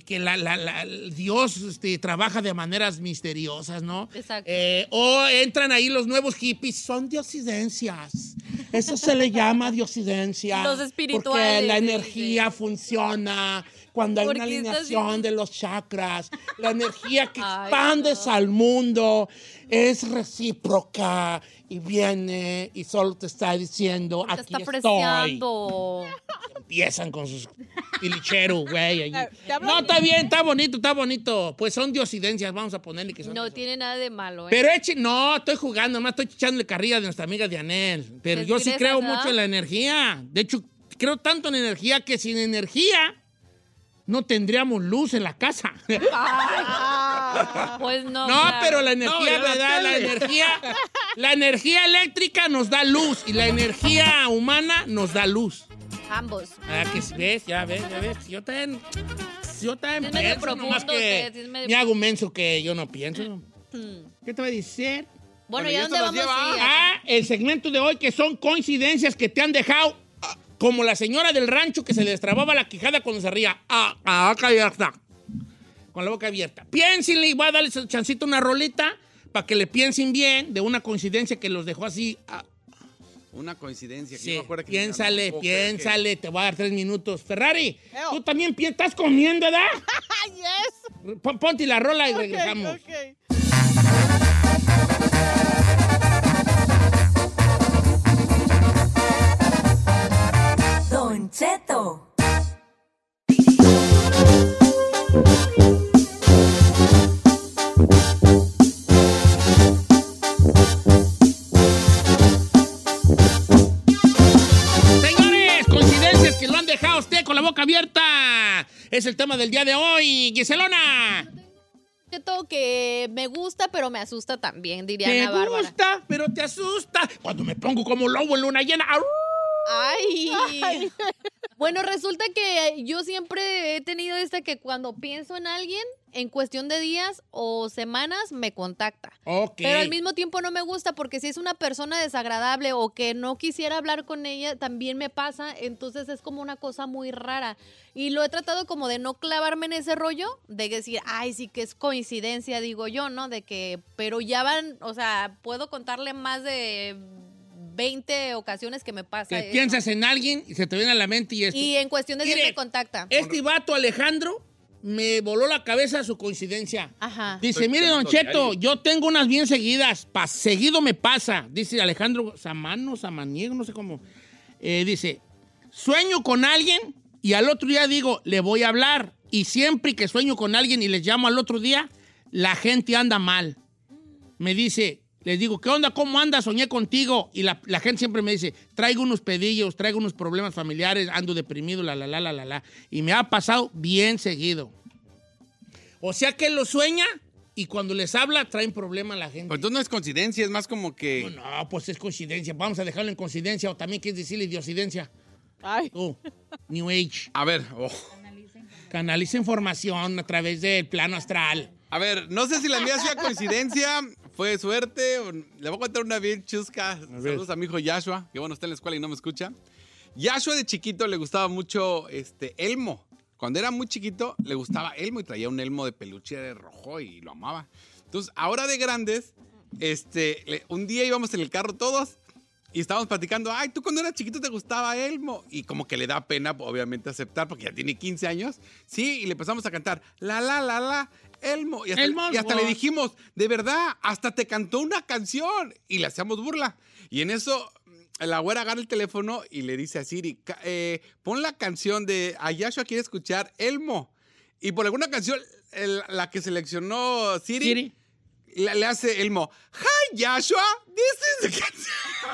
Speaker 3: Dios trabaja de maneras misteriosas, ¿no?
Speaker 4: Exacto.
Speaker 3: O entran ahí los nuevos hippies, son diosidencias. Eso se le llama diosidencia.
Speaker 4: Los espirituales.
Speaker 3: Porque la energía funciona cuando hay una alineación de los chakras. La energía que expandes al mundo es recíproca y viene y solo te está diciendo,
Speaker 4: te
Speaker 3: aquí
Speaker 4: está
Speaker 3: estoy.
Speaker 4: apreciando.
Speaker 3: Empiezan con sus pilicheros, güey. No, está bien, está bonito. Pues son diosidencias, vamos a ponerle que son.
Speaker 4: No tiene nada de malo, ¿eh?
Speaker 3: Pero no, estoy jugando, nomás estoy echándole carrilla de nuestra amiga Dianel. Pero yo sí creo mucho en la energía. De hecho, creo tanto en energía que sin energía no tendríamos luz en la casa.
Speaker 4: Pues no.
Speaker 3: No, claro. Pero la energía, ¿verdad? La energía eléctrica nos da luz y la energía humana nos da luz.
Speaker 4: Ambos.
Speaker 3: Que ves, ya ves. Yo también pienso, nomás que me hago menso que yo no pienso. ¿Qué te voy a decir?
Speaker 4: Bueno, ¿y a dónde vamos a ir?
Speaker 3: El segmento de hoy, que son coincidencias que te han dejado, como la señora del rancho que se le destrababa la quijada cuando se ría. Acá ya está. Con la boca abierta. Piénsenle y voy a darles chancito una rolita para que le piensen bien de una coincidencia que los dejó así.
Speaker 5: Una coincidencia. Que
Speaker 3: Sí,
Speaker 5: no me acuerdo que
Speaker 3: piénsale. Te voy a dar 3 minutos. Ferrari, tú también estás comiendo, ¿verdad?
Speaker 6: Yes.
Speaker 3: Ponte la rola y regresamos.
Speaker 6: Okay.
Speaker 12: Don Cheto.
Speaker 3: Señores, coincidencias que lo han dejado a usted con la boca abierta. Es el tema del día de hoy. Giselona.
Speaker 4: Cheto, que me gusta, pero me asusta también, diría
Speaker 3: Te
Speaker 4: Ana Bárbara.
Speaker 3: gusta, pero te asusta. Cuando me pongo como lobo en luna llena. ¡Au!
Speaker 4: Ay. Bueno, resulta que yo siempre he tenido que cuando pienso en alguien, en cuestión de días o semanas, me contacta.
Speaker 3: Ok.
Speaker 4: Pero al mismo tiempo no me gusta porque si es una persona desagradable o que no quisiera hablar con ella, también me pasa. Entonces es como una cosa muy rara. Y lo he tratado como de no clavarme en ese rollo, de decir, ay, sí que es coincidencia, digo yo, ¿no? De que, pero ya van, o sea, puedo contarle más de 20 ocasiones que me pasa
Speaker 3: Que
Speaker 4: eso.
Speaker 3: piensas en alguien y se te viene a la mente y esto.
Speaker 4: Y en cuestión de días
Speaker 3: Mire,
Speaker 4: me contacta.
Speaker 3: Este vato Alejandro me voló la cabeza su coincidencia.
Speaker 4: Ajá.
Speaker 3: Dice, mire, Don Cheto, yo tengo unas bien seguidas. Seguido me pasa. Dice Alejandro Samaniego, no sé cómo. Dice, sueño con alguien y al otro día digo, le voy a hablar. Y siempre que sueño con alguien y les llamo al otro día, la gente anda mal. Me dice, les digo, ¿qué onda? ¿Cómo andas? Soñé contigo. Y la gente siempre me dice, traigo unos pedillos, traigo unos problemas familiares, ando deprimido, la. Y me ha pasado bien seguido. O sea que él lo sueña y cuando les habla traen problema a la gente.
Speaker 5: Pues entonces no es coincidencia, es más como que...
Speaker 3: No, pues es coincidencia. Vamos a dejarlo en coincidencia o también quieres decirle idiosidencia.
Speaker 6: Ay.
Speaker 3: Tú, New Age.
Speaker 5: A ver,
Speaker 3: Canaliza información a través del plano astral.
Speaker 5: A ver, no sé si la mía sea coincidencia, fue suerte. Le voy a contar una bien chusca. Saludos a mi hijo Yashua, que bueno, está en la escuela y no me escucha. Yashua de chiquito le gustaba mucho Elmo. Cuando era muy chiquito le gustaba Elmo y traía un Elmo de peluche rojo y lo amaba. Entonces, ahora de grandes, un día íbamos en el carro todos y estábamos platicando, ay, ¿tú cuando eras chiquito te gustaba Elmo? Y como que le da pena, obviamente, aceptar porque ya tiene 15 años. Sí, y le empezamos a cantar, la, Elmo. Y hasta le dijimos, de verdad, hasta te cantó una canción. Y le hacíamos burla. Y en eso, la güera agarra el teléfono y le dice a Siri, pon la canción de Ayashua quiere escuchar Elmo. Y por alguna canción, la que seleccionó Siri. Le hace Elmo, hi, Yashua, this is the canción.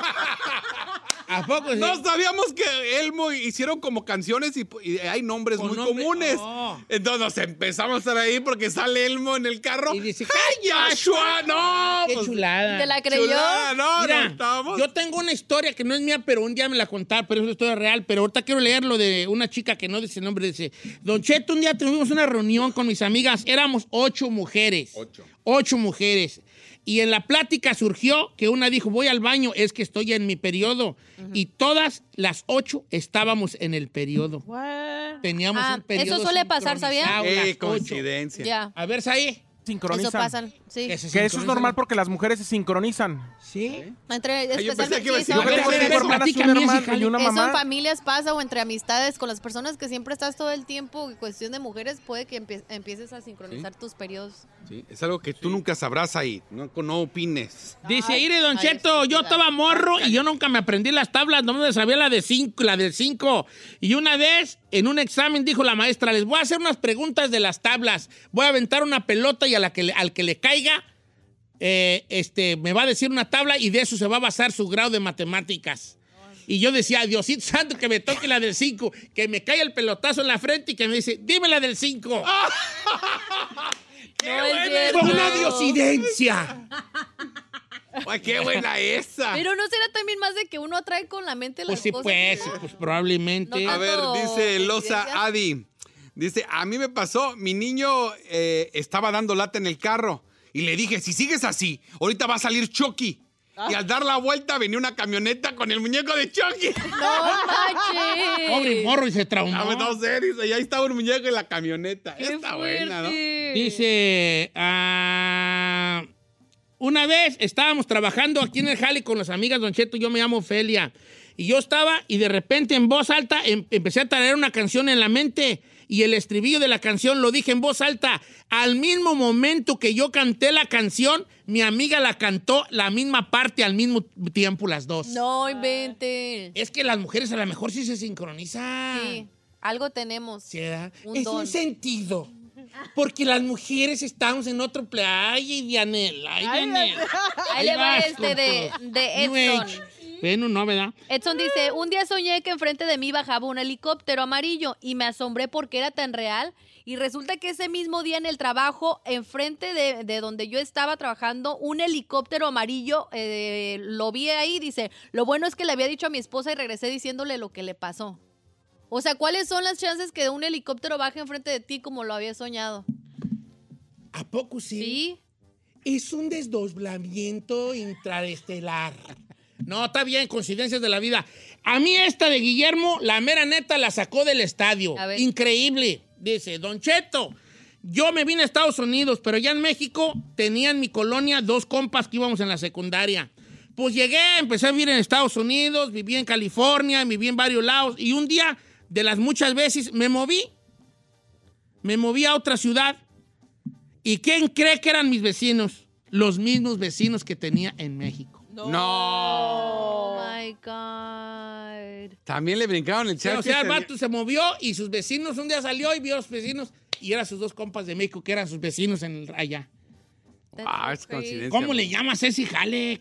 Speaker 3: ¿A poco sí?
Speaker 5: No sabíamos que Elmo hicieron como canciones y hay nombres muy comunes. Oh. Entonces nos empezamos a reír porque sale Elmo en el carro.
Speaker 3: Y dice,
Speaker 5: ¡ay, Yashua! ¡No!
Speaker 3: ¡Qué chulada!
Speaker 4: ¿Te la creyó?
Speaker 5: Chulada, no,
Speaker 3: mira,
Speaker 5: no estábamos.
Speaker 3: Yo tengo una historia que no es mía, pero un día me la contaron, pero es una historia real. Pero ahorita quiero leer lo de una chica que no dice el nombre. Dice, Don Cheto, un día tuvimos una reunión con mis amigas. Éramos 8 mujeres. 8 mujeres. Y en la plática surgió que una dijo, voy al baño, es que estoy en mi periodo. Y todas las 8 estábamos en el periodo.
Speaker 6: What?
Speaker 3: Teníamos un periodo.
Speaker 4: Eso suele pasar, ¿sabía?
Speaker 5: Coincidencia.
Speaker 4: Ya.
Speaker 3: A ver, Saí.
Speaker 7: Sincronizan.
Speaker 4: Eso pasan, sí.
Speaker 7: Que eso es normal porque las mujeres se sincronizan.
Speaker 3: ¿Sí?
Speaker 4: Especialmente
Speaker 7: yo tengo 5 hermanas y un hermano y una
Speaker 4: eso
Speaker 7: mamá.
Speaker 4: en familias pasa o entre amistades con las personas que siempre estás todo el tiempo. En cuestión de mujeres puede que empieces a sincronizar tus periodos.
Speaker 5: Sí, es algo que tú nunca sabrás ahí. No opines.
Speaker 3: Dice, mire, Don Cheto, yo estaba morro y yo nunca me aprendí las tablas, no me sabía la del 5. Y una vez, en un examen, dijo la maestra, les voy a hacer unas preguntas de las tablas. Voy a aventar una pelota y al que le caiga, me va a decir una tabla y de eso se va a basar su grado de matemáticas. Y yo decía, Diosito santo, que me toque la del 5, que me caiga el pelotazo en la frente y que me dice, dime la del 5.
Speaker 4: ¡Qué buena!
Speaker 3: Fue una diosidencia.
Speaker 5: Ay, qué buena esa.
Speaker 4: Pero no será también más de que uno atrae con la mente las cosas.
Speaker 3: Pues probablemente.
Speaker 4: No
Speaker 5: a ver, dice Loza Adi. Dice, a mí me pasó, mi niño estaba dando lata en el carro y le dije, si sigues así, ahorita va a salir Chucky. Y al dar la vuelta venía una camioneta con el muñeco de Chucky.
Speaker 4: ¡No manches!
Speaker 3: Pobre morro y se traumó.
Speaker 5: No sé, dice, ya estaba un muñeco en la camioneta. Está buena, ¿no?
Speaker 3: Dice, una vez estábamos trabajando aquí en el jale con las amigas, Don Cheto, yo me llamo Ofelia. Y yo estaba, y de repente en voz alta empecé a tararear una canción en la mente. Y el estribillo de la canción lo dije en voz alta. Al mismo momento que yo canté la canción, mi amiga la cantó la misma parte al mismo tiempo, las dos.
Speaker 4: No inventen.
Speaker 3: Es que las mujeres a lo mejor sí se sincronizan.
Speaker 4: Sí, algo tenemos.
Speaker 3: ¿Sí?
Speaker 4: Un don.
Speaker 3: Un sentido. Porque las mujeres estamos en otro play. Ay, Dianela, ay, Dianela.
Speaker 4: Ahí le va de Edson.
Speaker 3: Bueno, no, ¿verdad?
Speaker 4: Edson dice, un día soñé que enfrente de mí bajaba un helicóptero amarillo y me asombré porque era tan real. Y resulta que ese mismo día en el trabajo, enfrente de donde yo estaba trabajando, un helicóptero amarillo, lo vi ahí, dice, lo bueno es que le había dicho a mi esposa y regresé diciéndole lo que le pasó. O sea, ¿cuáles son las chances que un helicóptero baje enfrente de ti como lo había soñado?
Speaker 3: ¿A poco sí?
Speaker 4: Sí.
Speaker 3: Es un desdoblamiento intraestelar. No, está bien, coincidencias de la vida. A mí esta de Guillermo, la mera neta, la sacó del estadio. Increíble. Dice, Don Cheto, yo me vine a Estados Unidos, pero ya en México tenía en mi colonia 2 compas que íbamos en la secundaria. Pues llegué, empecé a vivir en Estados Unidos, viví en California, viví en varios lados, y un día, de las muchas veces, me moví a otra ciudad. ¿Y quién cree que eran mis vecinos? Los mismos vecinos que tenía en México.
Speaker 5: No.
Speaker 4: Oh, my God.
Speaker 5: También le brincaron el chat.
Speaker 3: O sea, el vato se movió y sus vecinos, un día salió y vio a los vecinos y eran sus 2 compas de México que eran sus vecinos allá.
Speaker 5: Es coincidencia.
Speaker 3: ¿Cómo le llamas a ese jale?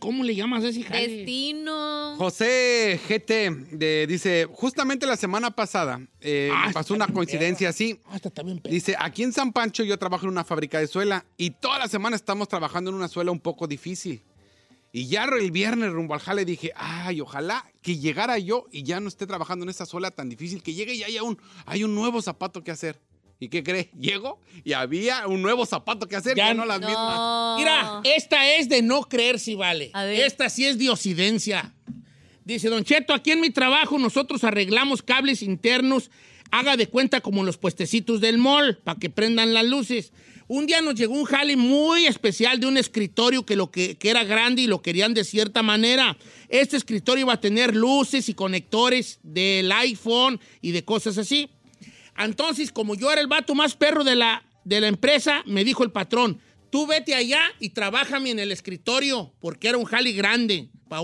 Speaker 4: Destino.
Speaker 5: José GT dice, justamente la semana pasada pasó una coincidencia así. Dice, aquí en San Pancho yo trabajo en una fábrica de suela y toda la semana estamos trabajando en una suela un poco difícil. Y ya el viernes rumbo al jale dije, ay, ojalá que llegara yo y ya no esté trabajando en esa suela tan difícil, que llegue y hay un nuevo zapato que hacer. ¿Y qué cree? Llego y había un nuevo zapato que hacer, ya no las mismas.
Speaker 3: Mira, esta es de no creer si vale. Esta sí es diosidencia. Dice, Don Cheto, aquí en mi trabajo nosotros arreglamos cables internos, haga de cuenta como los puestecitos del mall, para que prendan las luces. Un día nos llegó un jale muy especial de un escritorio que era grande y lo querían de cierta manera. Este escritorio iba a tener luces y conectores del iPhone y de cosas así. Entonces, como yo era el vato más perro de la empresa, me dijo el patrón, tú vete allá y trabájame en el escritorio, porque era un jale grande para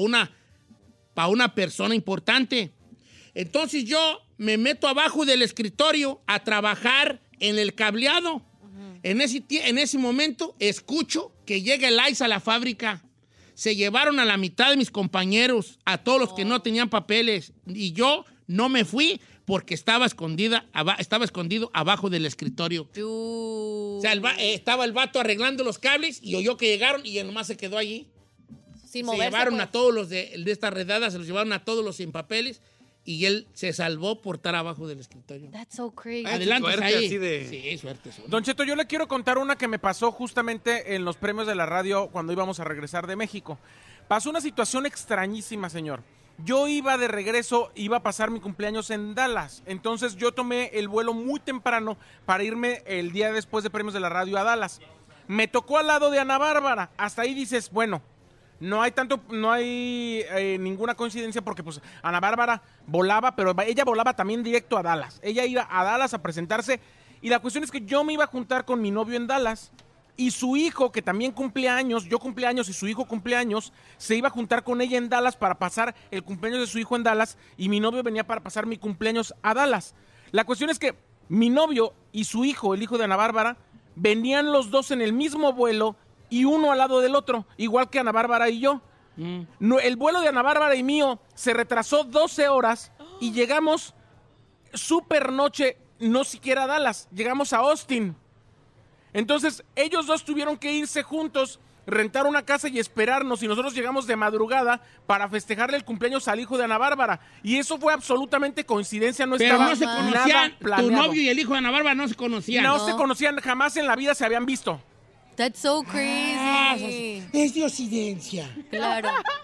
Speaker 3: una persona importante. Entonces yo me meto abajo del escritorio a trabajar en el cableado. En ese momento escucho que llega el ICE a la fábrica. Se llevaron a la mitad de mis compañeros, a todos los que no tenían papeles. Y yo no me fui porque estaba escondido abajo del escritorio. O sea, estaba el vato arreglando los cables y oyó que llegaron y él nomás se quedó allí.
Speaker 4: Sin
Speaker 3: se
Speaker 4: moverse,
Speaker 3: llevaron
Speaker 4: pues.
Speaker 3: a todos los de esta redada, se los llevaron a todos los sin papeles. Y él se salvó por estar abajo del escritorio.
Speaker 4: That's so crazy.
Speaker 3: Adelante,
Speaker 5: suerte
Speaker 3: ahí.
Speaker 5: así de...
Speaker 3: Sí, suerte.
Speaker 7: Don Cheto, yo le quiero contar una que me pasó justamente en los premios de la radio cuando íbamos a regresar de México. Pasó una situación extrañísima, señor. Yo iba de regreso, iba a pasar mi cumpleaños en Dallas. Entonces yo tomé el vuelo muy temprano para irme el día después de premios de la radio a Dallas. Me tocó al lado de Ana Bárbara. Hasta ahí dices, bueno... No hay ninguna coincidencia porque pues Ana Bárbara volaba, pero ella volaba también directo a Dallas. Ella iba a Dallas a presentarse y la cuestión es que yo me iba a juntar con mi novio en Dallas y su hijo, que también cumple años, yo cumple años y su hijo cumple años, se iba a juntar con ella en Dallas para pasar el cumpleaños de su hijo en Dallas y mi novio venía para pasar mi cumpleaños a Dallas. La cuestión es que mi novio y su hijo, el hijo de Ana Bárbara, venían los dos en el mismo vuelo y uno al lado del otro, igual que Ana Bárbara y yo. No, el vuelo de Ana Bárbara y mío se retrasó 12 horas y llegamos súper noche, no siquiera a Dallas, llegamos a Austin. Entonces, ellos dos tuvieron que irse juntos, rentar una casa y esperarnos, y nosotros llegamos de madrugada para festejarle el cumpleaños al hijo de Ana Bárbara. Y eso fue absolutamente coincidencia, no
Speaker 3: Pero
Speaker 7: estaba
Speaker 3: no se
Speaker 7: nada
Speaker 3: conocían,
Speaker 7: planeado.
Speaker 3: tu novio y el hijo de Ana Bárbara no se conocían.
Speaker 7: No se conocían, jamás en la vida se habían visto.
Speaker 4: That's so crazy.
Speaker 3: Es diosidencia.
Speaker 4: Claro.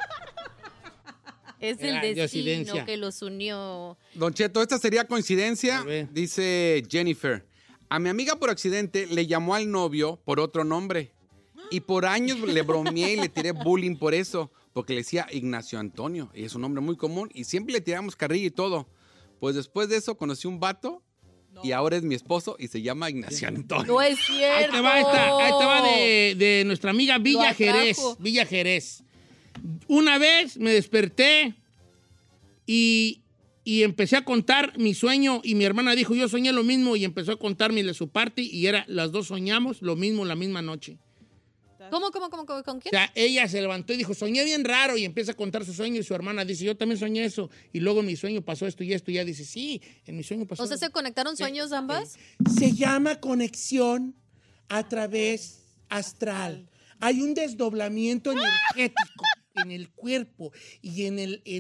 Speaker 4: Es el destino
Speaker 3: diosidencia
Speaker 4: que los unió.
Speaker 5: Don Cheto, esta sería coincidencia, dice Jennifer. A mi amiga por accidente le llamó al novio por otro nombre. Y por años le bromeé y le tiré bullying por eso. Porque le decía Ignacio Antonio. Y es un nombre muy común. Y siempre le tiramos carrilla y todo. Pues después de eso conocí un vato. Y ahora es mi esposo y se llama Ignacio Antonio.
Speaker 4: No es cierto.
Speaker 3: Ahí te va de nuestra amiga Villa Jerez. Villa Jerez. Una vez me desperté y empecé a contar mi sueño y mi hermana dijo, yo soñé lo mismo y empezó a contarme de su parte y las dos soñamos lo mismo la misma noche.
Speaker 4: ¿Cómo? ¿Con
Speaker 3: O
Speaker 4: quién?
Speaker 3: sea, ella se levantó y dijo, soñé bien raro, y empieza a contar su sueño, y su hermana dice, yo también soñé eso, y luego en mi sueño pasó esto y esto, y ella dice, sí, en mi sueño pasó
Speaker 4: O sea,
Speaker 3: esto.
Speaker 4: ¿se conectaron sueños ambas?
Speaker 3: Se llama conexión a través astral. Hay un desdoblamiento energético en el cuerpo y en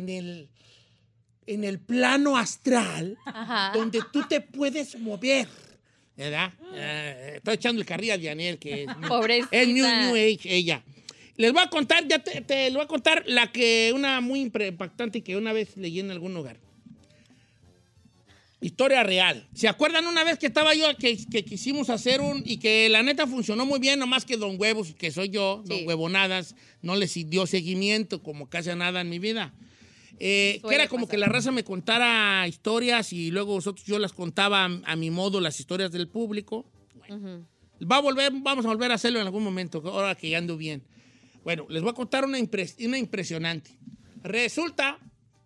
Speaker 3: el plano astral,
Speaker 4: Ajá.
Speaker 3: donde tú te puedes mover. ¿Verdad? Estoy echando el carril a Daniel, que es
Speaker 4: Pobrecita.
Speaker 3: es New Age, ella. Les voy a contar, ya te lo voy a contar una muy impactante que una vez leí en algún lugar. Historia real. ¿Se acuerdan una vez que estaba yo, que quisimos hacer y que la neta funcionó muy bien, nomás que Don Huevos, que soy yo,
Speaker 4: Sí.
Speaker 3: Don Huevonadas, no les dio seguimiento como casi a nada en mi vida? Que era como que la raza me contara historias y luego yo las contaba a mi modo, las historias del público. Bueno, vamos a volver a hacerlo en algún momento, ahora que ya ando bien. Bueno, les voy a contar una impresionante. Resulta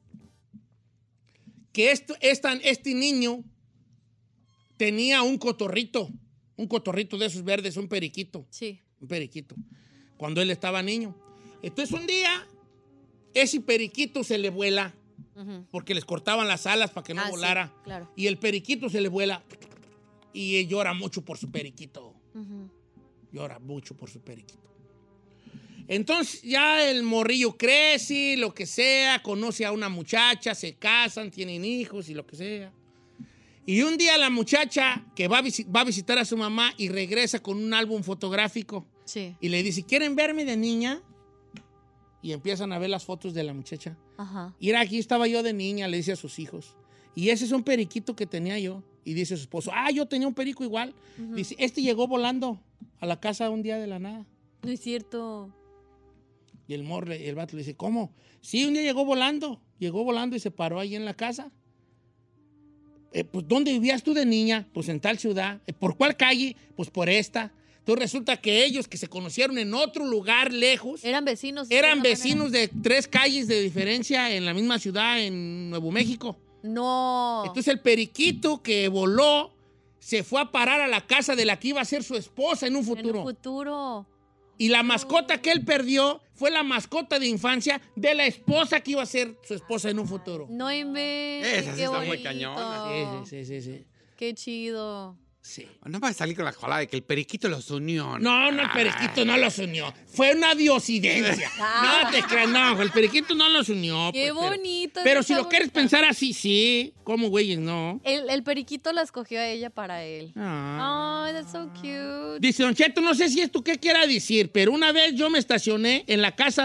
Speaker 3: que este niño tenía un cotorrito de esos verdes, un periquito.
Speaker 4: Sí.
Speaker 3: Un periquito, cuando él estaba niño. Entonces un día, ese periquito se le vuela, porque les cortaban las alas para que no volara.
Speaker 4: Sí, claro.
Speaker 3: Y el periquito se le vuela y llora mucho por su periquito. Llora mucho por su periquito. Entonces ya el morrillo crece, lo que sea, conoce a una muchacha, se casan, tienen hijos y lo que sea. Y un día la muchacha que va a visitar a su mamá y regresa con un álbum fotográfico.
Speaker 4: Sí.
Speaker 3: Y le dice, ¿quieren verme de niña? Y empiezan a ver las fotos de la muchacha.
Speaker 4: Ajá.
Speaker 3: Y aquí estaba yo de niña, le dice a sus hijos. Y ese es un periquito que tenía yo. Y dice su esposo, yo tenía un perico igual. Dice, este llegó volando a la casa un día de la nada.
Speaker 4: No es cierto.
Speaker 3: Y el vato le dice, ¿cómo? Sí, un día llegó volando y se paró ahí en la casa. Pues, ¿dónde vivías tú de niña? Pues en tal ciudad. ¿Por cuál calle? Pues por esta. Entonces resulta que ellos que se conocieron en otro lugar lejos.
Speaker 4: Eran vecinos.
Speaker 3: Eran vecinos de 3 calles de diferencia en la misma ciudad en Nuevo México.
Speaker 4: No.
Speaker 3: Entonces el periquito que voló se fue a parar a la casa de la que iba a ser su esposa en un futuro.
Speaker 4: En un futuro.
Speaker 3: Y la mascota que él perdió fue la mascota de infancia de la esposa que iba a ser su esposa en un futuro.
Speaker 4: No inventes.
Speaker 5: Esa sí
Speaker 4: Qué
Speaker 5: está muy
Speaker 4: bonito.
Speaker 5: cañona.
Speaker 3: Sí.
Speaker 4: Qué chido.
Speaker 3: Sí.
Speaker 5: No va a salir con la jola de que el periquito los unió.
Speaker 3: No, el periquito no los unió. Fue una diosidencia. No te creas, no, el periquito no los unió.
Speaker 4: Qué
Speaker 3: pues,
Speaker 4: bonito.
Speaker 3: Pero
Speaker 4: está
Speaker 3: si lo quieres
Speaker 4: bonita.
Speaker 3: pensar así, sí. ¿Cómo, güeyes? No.
Speaker 4: El periquito la escogió a ella para él.
Speaker 3: Ah.
Speaker 4: Oh, that's so cute.
Speaker 3: Dice Don Cheto, no sé si esto qué quiera decir, pero una vez yo me estacioné en la casa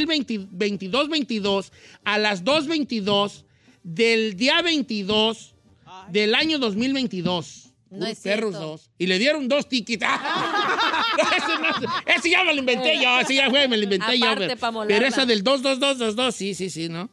Speaker 3: 2022 a las 2:22 del día 22 del año 2022.
Speaker 4: No es
Speaker 3: perros
Speaker 4: cierto.
Speaker 3: 2. Y le dieron 2 tickets. Ese ya me lo inventé yo. Ese ya me lo inventé yo.
Speaker 4: Aparte, pa' molarla.
Speaker 3: Pero esa del 22222, sí, ¿no?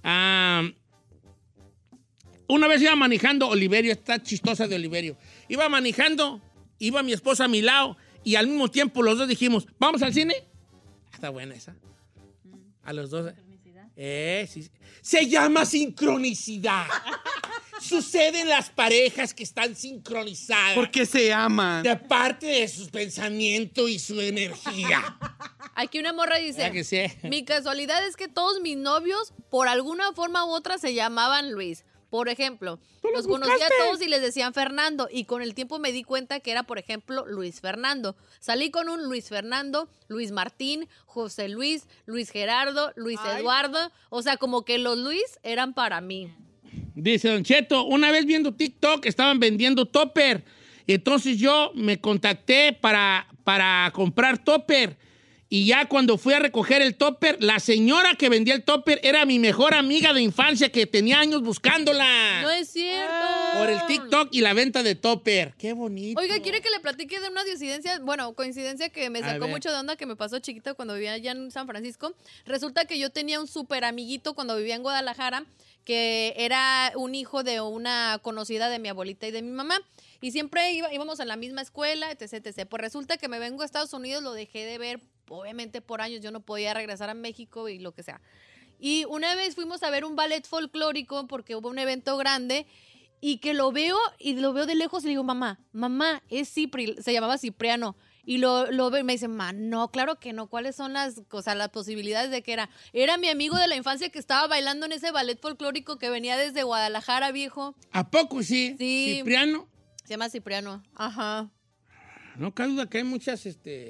Speaker 3: Una vez iba manejando Oliverio, está chistosa de Oliverio. Iba manejando, iba mi esposa a mi lado y al mismo tiempo los dos dijimos, ¿vamos al cine? Está buena esa. A los dos. Sí. Se llama sincronicidad. Sucede en las parejas que están sincronizadas.
Speaker 5: Porque se aman.
Speaker 3: De parte de sus pensamientos y su energía.
Speaker 4: Aquí una morra dice,
Speaker 3: ¿Verdad que sí?
Speaker 4: mi casualidad es que todos mis novios, por alguna forma u otra, se llamaban Luis. Por ejemplo, los conocía a todos y les decían Fernando. Y con el tiempo me di cuenta que era, por ejemplo, Luis Fernando. Salí con un Luis Fernando, Luis Martín, José Luis, Luis Gerardo, Luis Eduardo. O sea, como que los Luis eran para mí.
Speaker 3: Dice Don Cheto, una vez viendo TikTok estaban vendiendo topper. Y entonces yo me contacté para comprar topper. Y ya cuando fui a recoger el topper, la señora que vendía el topper era mi mejor amiga de infancia que tenía años buscándola.
Speaker 4: No es cierto.
Speaker 3: Por el TikTok y la venta de topper. Qué bonito.
Speaker 4: Oiga, ¿quiere que le platique de una coincidencia que me sacó mucho de onda, que me pasó chiquita cuando vivía allá en San Francisco? Resulta que yo tenía un súper amiguito cuando vivía en Guadalajara, que era un hijo de una conocida de mi abuelita y de mi mamá. Y siempre íbamos a la misma escuela, etc. Pues resulta que me vengo a Estados Unidos, lo dejé de ver, obviamente por años, yo no podía regresar a México y lo que sea. Y una vez fuimos a ver un ballet folclórico porque hubo un evento grande y que lo veo de lejos y le digo, mamá, es Cipri, se llamaba Cipriano. Y lo ve y me dice, man, no, claro que no. ¿Cuáles son las posibilidades de que era? Era mi amigo de la infancia que estaba bailando en ese ballet folclórico que venía desde Guadalajara, viejo.
Speaker 3: ¿A poco sí?
Speaker 4: Sí.
Speaker 3: ¿Cipriano?
Speaker 4: Se llama Cipriano. Ajá.
Speaker 3: No cabe duda que hay muchas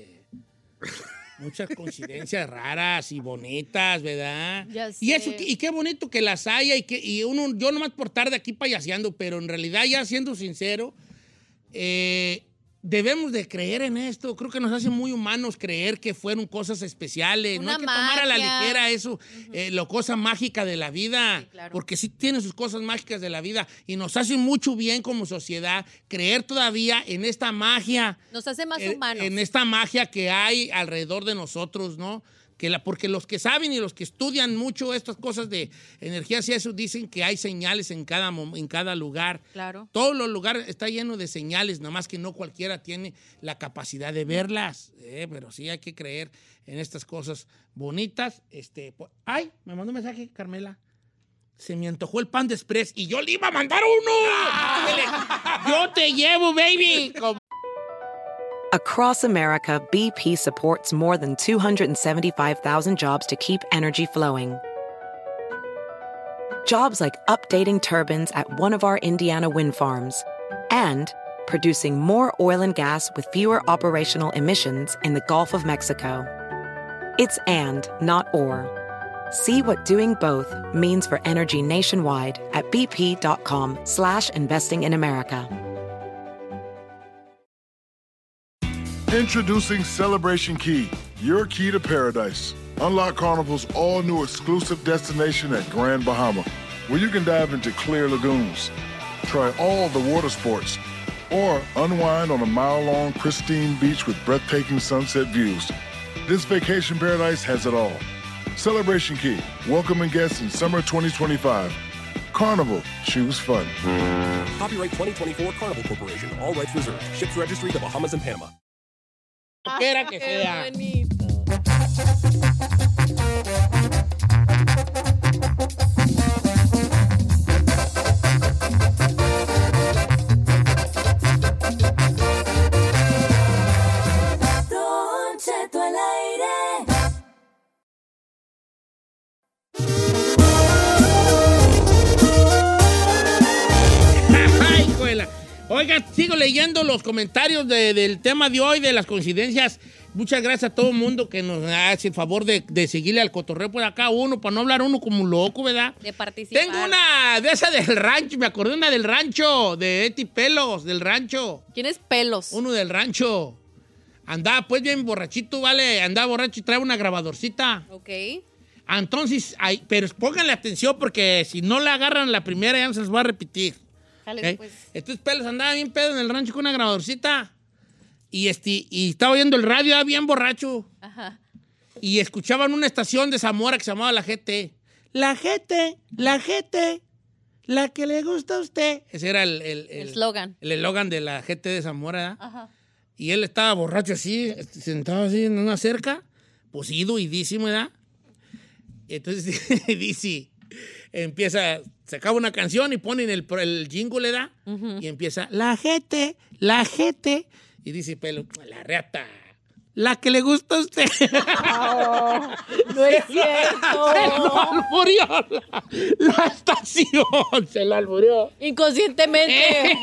Speaker 3: coincidencias raras y bonitas, ¿verdad?
Speaker 4: Ya sé.
Speaker 3: Y qué bonito que las haya yo nomás por tarde aquí payaseando, pero en realidad ya siendo sincero, debemos de creer en esto. Creo que nos hace muy humanos creer que fueron cosas especiales. No hay que tomar a la ligera eso, la cosa mágica de la vida.
Speaker 4: Sí, claro.
Speaker 3: Porque sí tiene sus cosas mágicas de la vida y nos hace mucho bien como sociedad creer todavía en esta magia.
Speaker 4: Nos hace más humanos.
Speaker 3: En esta magia que hay alrededor de nosotros, ¿no? Porque los que saben y los que estudian mucho estas cosas de energías y eso dicen que hay señales en cada lugar.
Speaker 4: Claro.
Speaker 3: Todos los lugares está lleno de señales, nada más que no cualquiera tiene la capacidad de verlas. Pero sí hay que creer en estas cosas bonitas. Ay, me mandó un mensaje, Carmela. Se me antojó el Panda Express y yo le iba a mandar uno. Yo te llevo, baby.
Speaker 2: Across America, BP supports more than 275,000 jobs to keep energy flowing. Jobs like updating turbines at one of our Indiana wind farms and producing more oil and gas with fewer operational emissions in the Gulf of Mexico. It's and, not or. See what doing both means for energy nationwide at bp.com/investing in America.
Speaker 13: Introducing Celebration Key, your key to paradise. Unlock Carnival's all-new exclusive destination at Grand Bahama, where you can dive into clear lagoons, try all the water sports, or unwind on a mile-long pristine beach with breathtaking sunset views. This vacation paradise has it all. Celebration Key, welcoming guests in summer 2025. Carnival, choose fun.
Speaker 14: Copyright 2024 Carnival Corporation, all rights reserved. Ships registry, the Bahamas and Panama.
Speaker 3: Quiera que sea.
Speaker 4: Bonito.
Speaker 12: Don Cheto al aire.
Speaker 3: Ay, juela. Oiga, sigo leyendo los comentarios del tema de hoy, de las coincidencias. Muchas gracias a todo el mundo que nos hace el favor de seguirle al cotorreo por acá uno, para no hablar uno como un loco, ¿verdad?
Speaker 4: De participar.
Speaker 3: Tengo una de esa del rancho, me acordé una del rancho, de Eti Pelos, del rancho.
Speaker 4: ¿Quién es Pelos?
Speaker 3: Uno del rancho. Andaba pues bien borrachito, ¿vale? Andaba borracho y trae una grabadorcita.
Speaker 4: Ok.
Speaker 3: Entonces, pero pónganle atención porque si no la agarran la primera ya no se les va a repetir.
Speaker 4: Dale, pues.
Speaker 3: Entonces Pelos andaba bien pedo en el rancho con una grabadorcita y estaba oyendo el radio bien borracho.
Speaker 4: Ajá.
Speaker 3: Y escuchaban una estación de Zamora que se llamaba La GT. La GT, la que le gusta a usted. Ese era el
Speaker 4: eslogan.
Speaker 3: El eslogan de la GT de Zamora, ¿verdad?
Speaker 4: Ajá.
Speaker 3: Y él estaba borracho así, sentado así en una cerca, pues iduidísimo, ¿verdad? Entonces dice, se acaba una canción y ponen el jingle, ¿verdad? Y empieza, la gente. Y dice Pelo, la reata, la que le gusta a usted.
Speaker 4: Oh, no es cierto.
Speaker 3: Se lo alburió la estación, se lo alburió.
Speaker 4: Inconscientemente.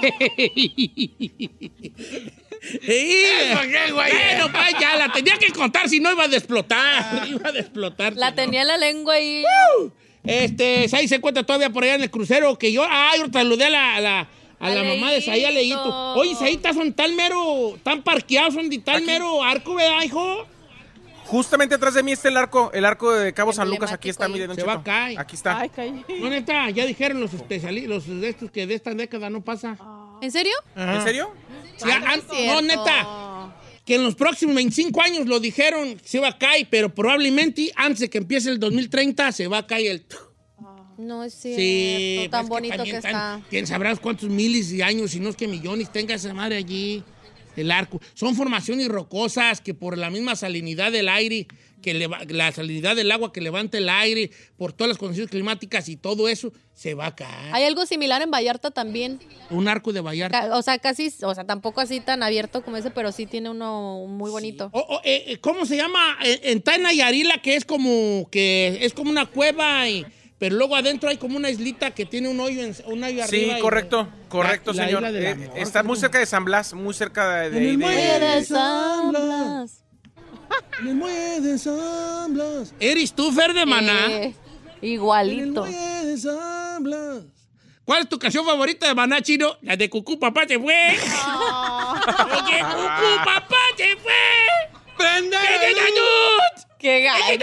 Speaker 3: Bueno, pues ya la tenía que contar, si no iba a explotar.
Speaker 4: La tenía en la lengua ahí.
Speaker 3: Ahí se encuentra todavía por allá en el crucero que yo saludé a la mamá de Saí, a Leito. Oye, Saíta son tan parqueados, son de tal mero arco, ¿verdad, hijo?
Speaker 7: Justamente atrás de mí está el arco de Cabo San Lucas. Aquí está, miren,
Speaker 3: se va a caer.
Speaker 7: Aquí está.
Speaker 6: Ay, caí.
Speaker 3: No, neta, ya dijeron los especialistas, los de estos que de esta década no pasa.
Speaker 4: ¿En serio?
Speaker 3: Ajá.
Speaker 7: ¿En serio?
Speaker 3: Sí, no, neta. Que en los próximos 25 años lo dijeron, se va a caer, pero probablemente antes de que empiece el 2030 se va a caer el...
Speaker 4: No es cierto.
Speaker 3: Sí,
Speaker 4: tan bonito que está.
Speaker 3: ¿Quién sabrá cuántos miles de años, si no es que millones, tenga esa madre allí? El arco. Son formaciones rocosas que por la misma salinidad del aire la salinidad del agua que levanta el aire por todas las condiciones climáticas y todo eso, se va a caer.
Speaker 4: Hay algo similar en Vallarta también.
Speaker 3: Un arco de Vallarta.
Speaker 4: O sea, tampoco así tan abierto como ese, pero sí tiene uno muy bonito.
Speaker 3: ¿Cómo se llama? En Nayarit, que es como una cueva, pero luego adentro hay como una islita que tiene un hoyo arriba.
Speaker 7: Sí, correcto,
Speaker 3: la
Speaker 7: señor.
Speaker 3: isla del amor.
Speaker 7: Está muy cerca de San Blas, muy cerca
Speaker 3: En el muelle de
Speaker 4: San Blas.
Speaker 3: En el muelle de San Blas. ¿Eres tú, Fer de Maná?
Speaker 4: Igualito.
Speaker 3: En el muelle de San Blas. ¿Cuál es tu canción favorita de Maná, Chino? La de Cucú, papá se fue. Oye, Cucú, papá se fue. ¡Prende la luz!
Speaker 4: ¡Qué gacho!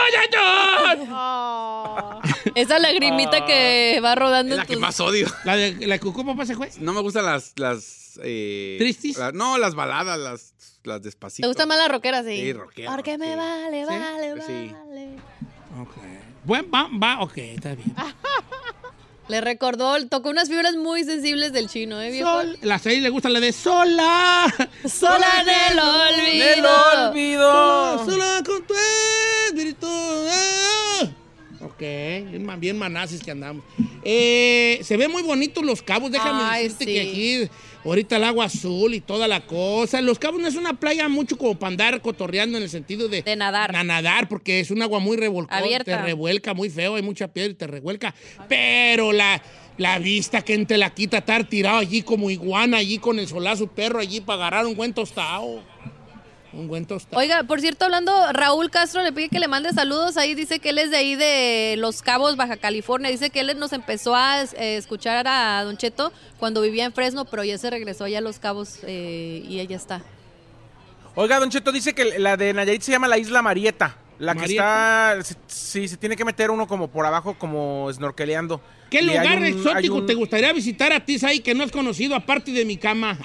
Speaker 4: Esa lagrimita que va rodando
Speaker 5: Es la que más odio.
Speaker 3: ¿La de Cucú, papá se fue?
Speaker 5: No me gustan las
Speaker 3: ¿Tristis?
Speaker 5: No, las baladas, las despacitas.
Speaker 4: ¿Te gusta más la rockera? Sí.
Speaker 5: Sí, rockera.
Speaker 4: Porque me vale, vale,
Speaker 5: Sí.
Speaker 4: vale.
Speaker 3: Ok. Bueno, ok, está bien.
Speaker 4: Le recordó, tocó unas fibras muy sensibles del Chino, viejo?
Speaker 3: La 6 le gusta la de Sola.
Speaker 4: Sola en el olvido.
Speaker 3: Sola con tu espíritu. Ok, bien manaces que andamos. Se ven muy bonitos Los Cabos, déjame decirte que aquí ahorita el agua azul y toda la cosa. Los Cabos no es una playa mucho como para andar cotorreando en el sentido de
Speaker 4: nadar.
Speaker 3: A nadar, porque es un agua muy revolcada.
Speaker 4: Abierta.
Speaker 3: Te revuelca muy feo, hay mucha piedra y te revuelca. Pero la vista que te la quita estar tirado allí como iguana, allí con el solazo perro, allí para agarrar un buen tostado. Un buen tostado.
Speaker 4: Oiga, por cierto, hablando, Raúl Castro le pide que le mande saludos. Ahí dice que él es de ahí de Los Cabos, Baja California. Dice que él nos empezó a escuchar a Don Cheto cuando vivía en Fresno, pero ya se regresó allá a Los Cabos y ella está.
Speaker 7: Oiga, Don Cheto dice que la de Nayarit se llama la Isla Marieta. La
Speaker 3: ¿Marieta?
Speaker 7: que está... Sí, se tiene que meter uno como por abajo, como snorkeleando.
Speaker 3: ¿Qué
Speaker 7: Y
Speaker 3: lugar
Speaker 7: hay
Speaker 3: exótico te gustaría visitar a ti, Sai, que no has conocido aparte de mi cama?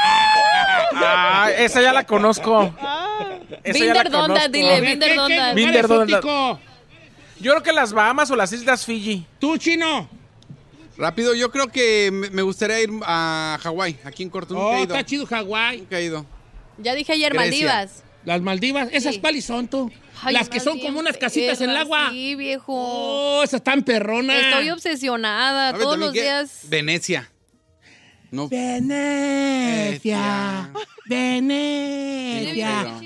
Speaker 7: Esa ya la conozco.
Speaker 4: Binder Donda, dile, Binder Donda.
Speaker 7: Binder Donda.
Speaker 3: Exótico?
Speaker 7: Yo creo que las Bahamas o las Islas Fiji.
Speaker 3: ¿Tú, Chino?
Speaker 5: Rápido, yo creo que me gustaría ir a Hawái, aquí en Corto. Nunca he ido.
Speaker 3: Está chido Hawái.
Speaker 5: Nunca he ido.
Speaker 4: Ya dije ayer,
Speaker 5: Grecia.
Speaker 4: Maldivas.
Speaker 3: Las Maldivas, ¿esas cuáles son tú?
Speaker 4: Ay,
Speaker 3: las que son como unas casitas en el agua.
Speaker 4: Sí, viejo.
Speaker 3: Oh, esas están perronas.
Speaker 4: Estoy obsesionada
Speaker 5: ¿Sabes
Speaker 4: todos
Speaker 5: también
Speaker 4: los
Speaker 5: qué?
Speaker 4: días.
Speaker 5: Venecia. No.
Speaker 3: Venecia. Venecia.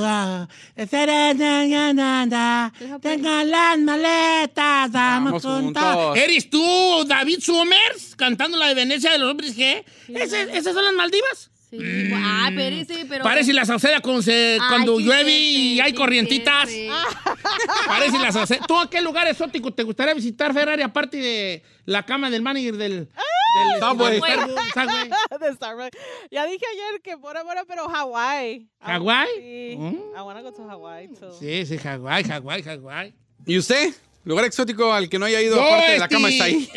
Speaker 3: Tengan las maletas, vamos juntos. ¿Eres tú, David Summers, cantando la de Venecia de los hombres G? ¿Esas son las Maldivas?
Speaker 4: Sí. Espérese, pero...
Speaker 3: Parece la Sauceda cuando llueve y hay corrientitas. Parece la Sauceda. ¿Tú a qué lugar exótico te gustaría visitar, Ferrari, aparte de la cama del manager del
Speaker 5: Subway?
Speaker 6: De Starbucks. Ya dije ayer que Bora Bora, pero Hawái.
Speaker 3: ¿Hawái?
Speaker 6: Sí. I wanna go to Hawaii too.
Speaker 3: Sí, Hawái.
Speaker 5: ¿Y usted? ¿Lugar exótico al que no haya ido aparte de la cama está ahí?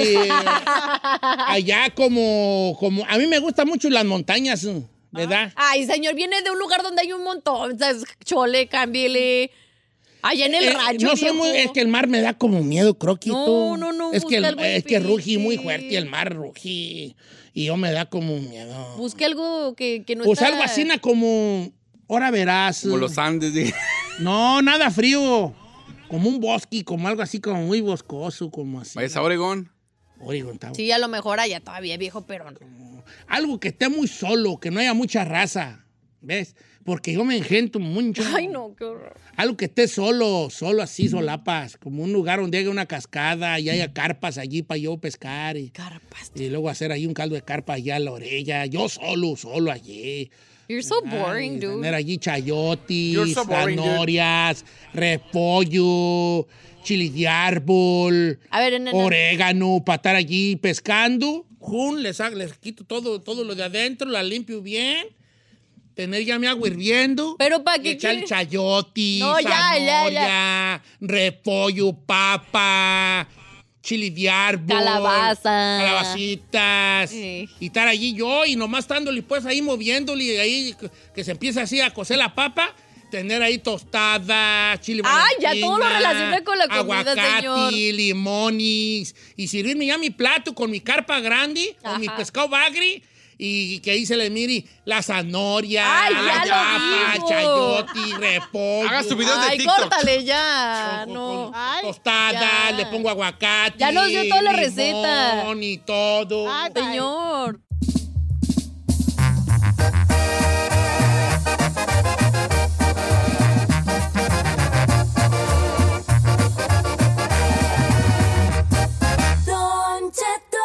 Speaker 3: Allá como... A mí me gustan mucho las montañas, ¿verdad?
Speaker 4: Ay, señor, viene de un lugar donde hay un montón. Chole, cámbiele. Allá en el rancho,
Speaker 3: no soy muy... Es que el mar me da como miedo, croquito.
Speaker 4: No.
Speaker 3: Es que rugí muy fuerte el mar, rugí. Y yo me da como miedo.
Speaker 4: Busque algo que no
Speaker 3: Pues
Speaker 4: está...
Speaker 3: algo así como... Ahora verás.
Speaker 5: Como los Andes. ¿Sí?
Speaker 3: No, nada frío. Como un bosque, como algo así como muy boscoso, como así.
Speaker 5: ¿Vayas a Oregón?
Speaker 3: Oregón, está
Speaker 4: Sí, a lo mejor allá todavía, viejo, pero no.
Speaker 3: Algo que esté muy solo, que no haya mucha raza, ¿ves? Porque yo me engento mucho.
Speaker 4: Ay, no, qué horror.
Speaker 3: Algo que esté solo así, solapas, como un lugar donde haya una cascada y haya carpas allí para yo pescar.
Speaker 4: Carpas.
Speaker 3: Y luego hacer ahí un caldo de carpa allá a la orilla, yo solo allí.
Speaker 4: You're so boring, dude.
Speaker 3: Tener allí chayotis,
Speaker 7: You're so boring,
Speaker 3: zanahorias, repollo, chili de árbol,
Speaker 4: A ver,
Speaker 3: orégano, para estar allí pescando. Les quito todo lo de adentro, la limpio bien. Tener ya mi agua hirviendo.
Speaker 4: Pero para qué
Speaker 3: echar
Speaker 4: quieres?
Speaker 3: chayotis,
Speaker 4: No,
Speaker 3: zanahoria, repollo, papa, chili de árbol, calabacitas, y estar allí yo y nomás estándole pues ahí moviéndole y ahí que se empieza así a cocer la papa, tener ahí tostada, chile
Speaker 4: ya todo lo relaciona con la comida,
Speaker 3: aguacate,
Speaker 4: señor.
Speaker 3: limones y servirme ya mi plato con mi carpa grande, con mi pescado bagri y que dice le miri la zanahoria,
Speaker 4: Ay,
Speaker 3: la
Speaker 4: ya lo
Speaker 3: yapa,
Speaker 4: dijo.
Speaker 3: chayote, repollo.
Speaker 5: Haga su video de
Speaker 4: Ay,
Speaker 5: TikTok.
Speaker 4: córtale ya. No.
Speaker 3: Tostada,
Speaker 4: Ya.
Speaker 3: le pongo aguacate.
Speaker 4: Ya nos dio toda la
Speaker 3: limón
Speaker 4: receta.
Speaker 3: y todo.
Speaker 4: Señor.
Speaker 12: Don Cheto.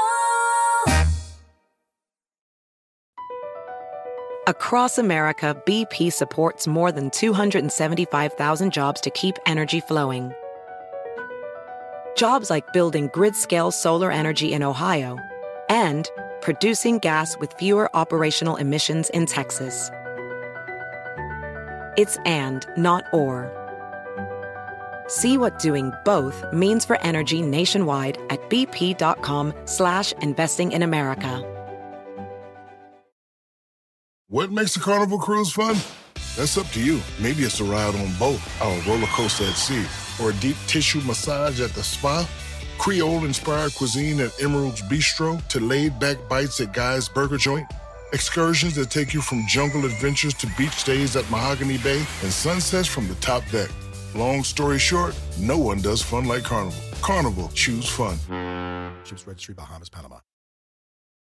Speaker 2: Across America, BP supports more than 275,000 jobs to keep energy flowing. Jobs like building grid-scale solar energy in Ohio and producing gas with fewer operational emissions in Texas. It's and, not or. See what doing both means for energy nationwide at bp.com/investing in America.
Speaker 13: What makes a Carnival cruise fun? That's up to you. Maybe it's a ride on boat, or a roller coaster at sea, or a deep tissue massage at the spa. Creole-inspired cuisine at Emerald's Bistro to laid-back bites at Guy's Burger Joint. Excursions that take you from jungle adventures to beach stays at Mahogany Bay and sunsets from the top deck. Long story short, no one does fun like Carnival. Carnival, choose fun.
Speaker 15: Ships Registry, Bahamas, Panama.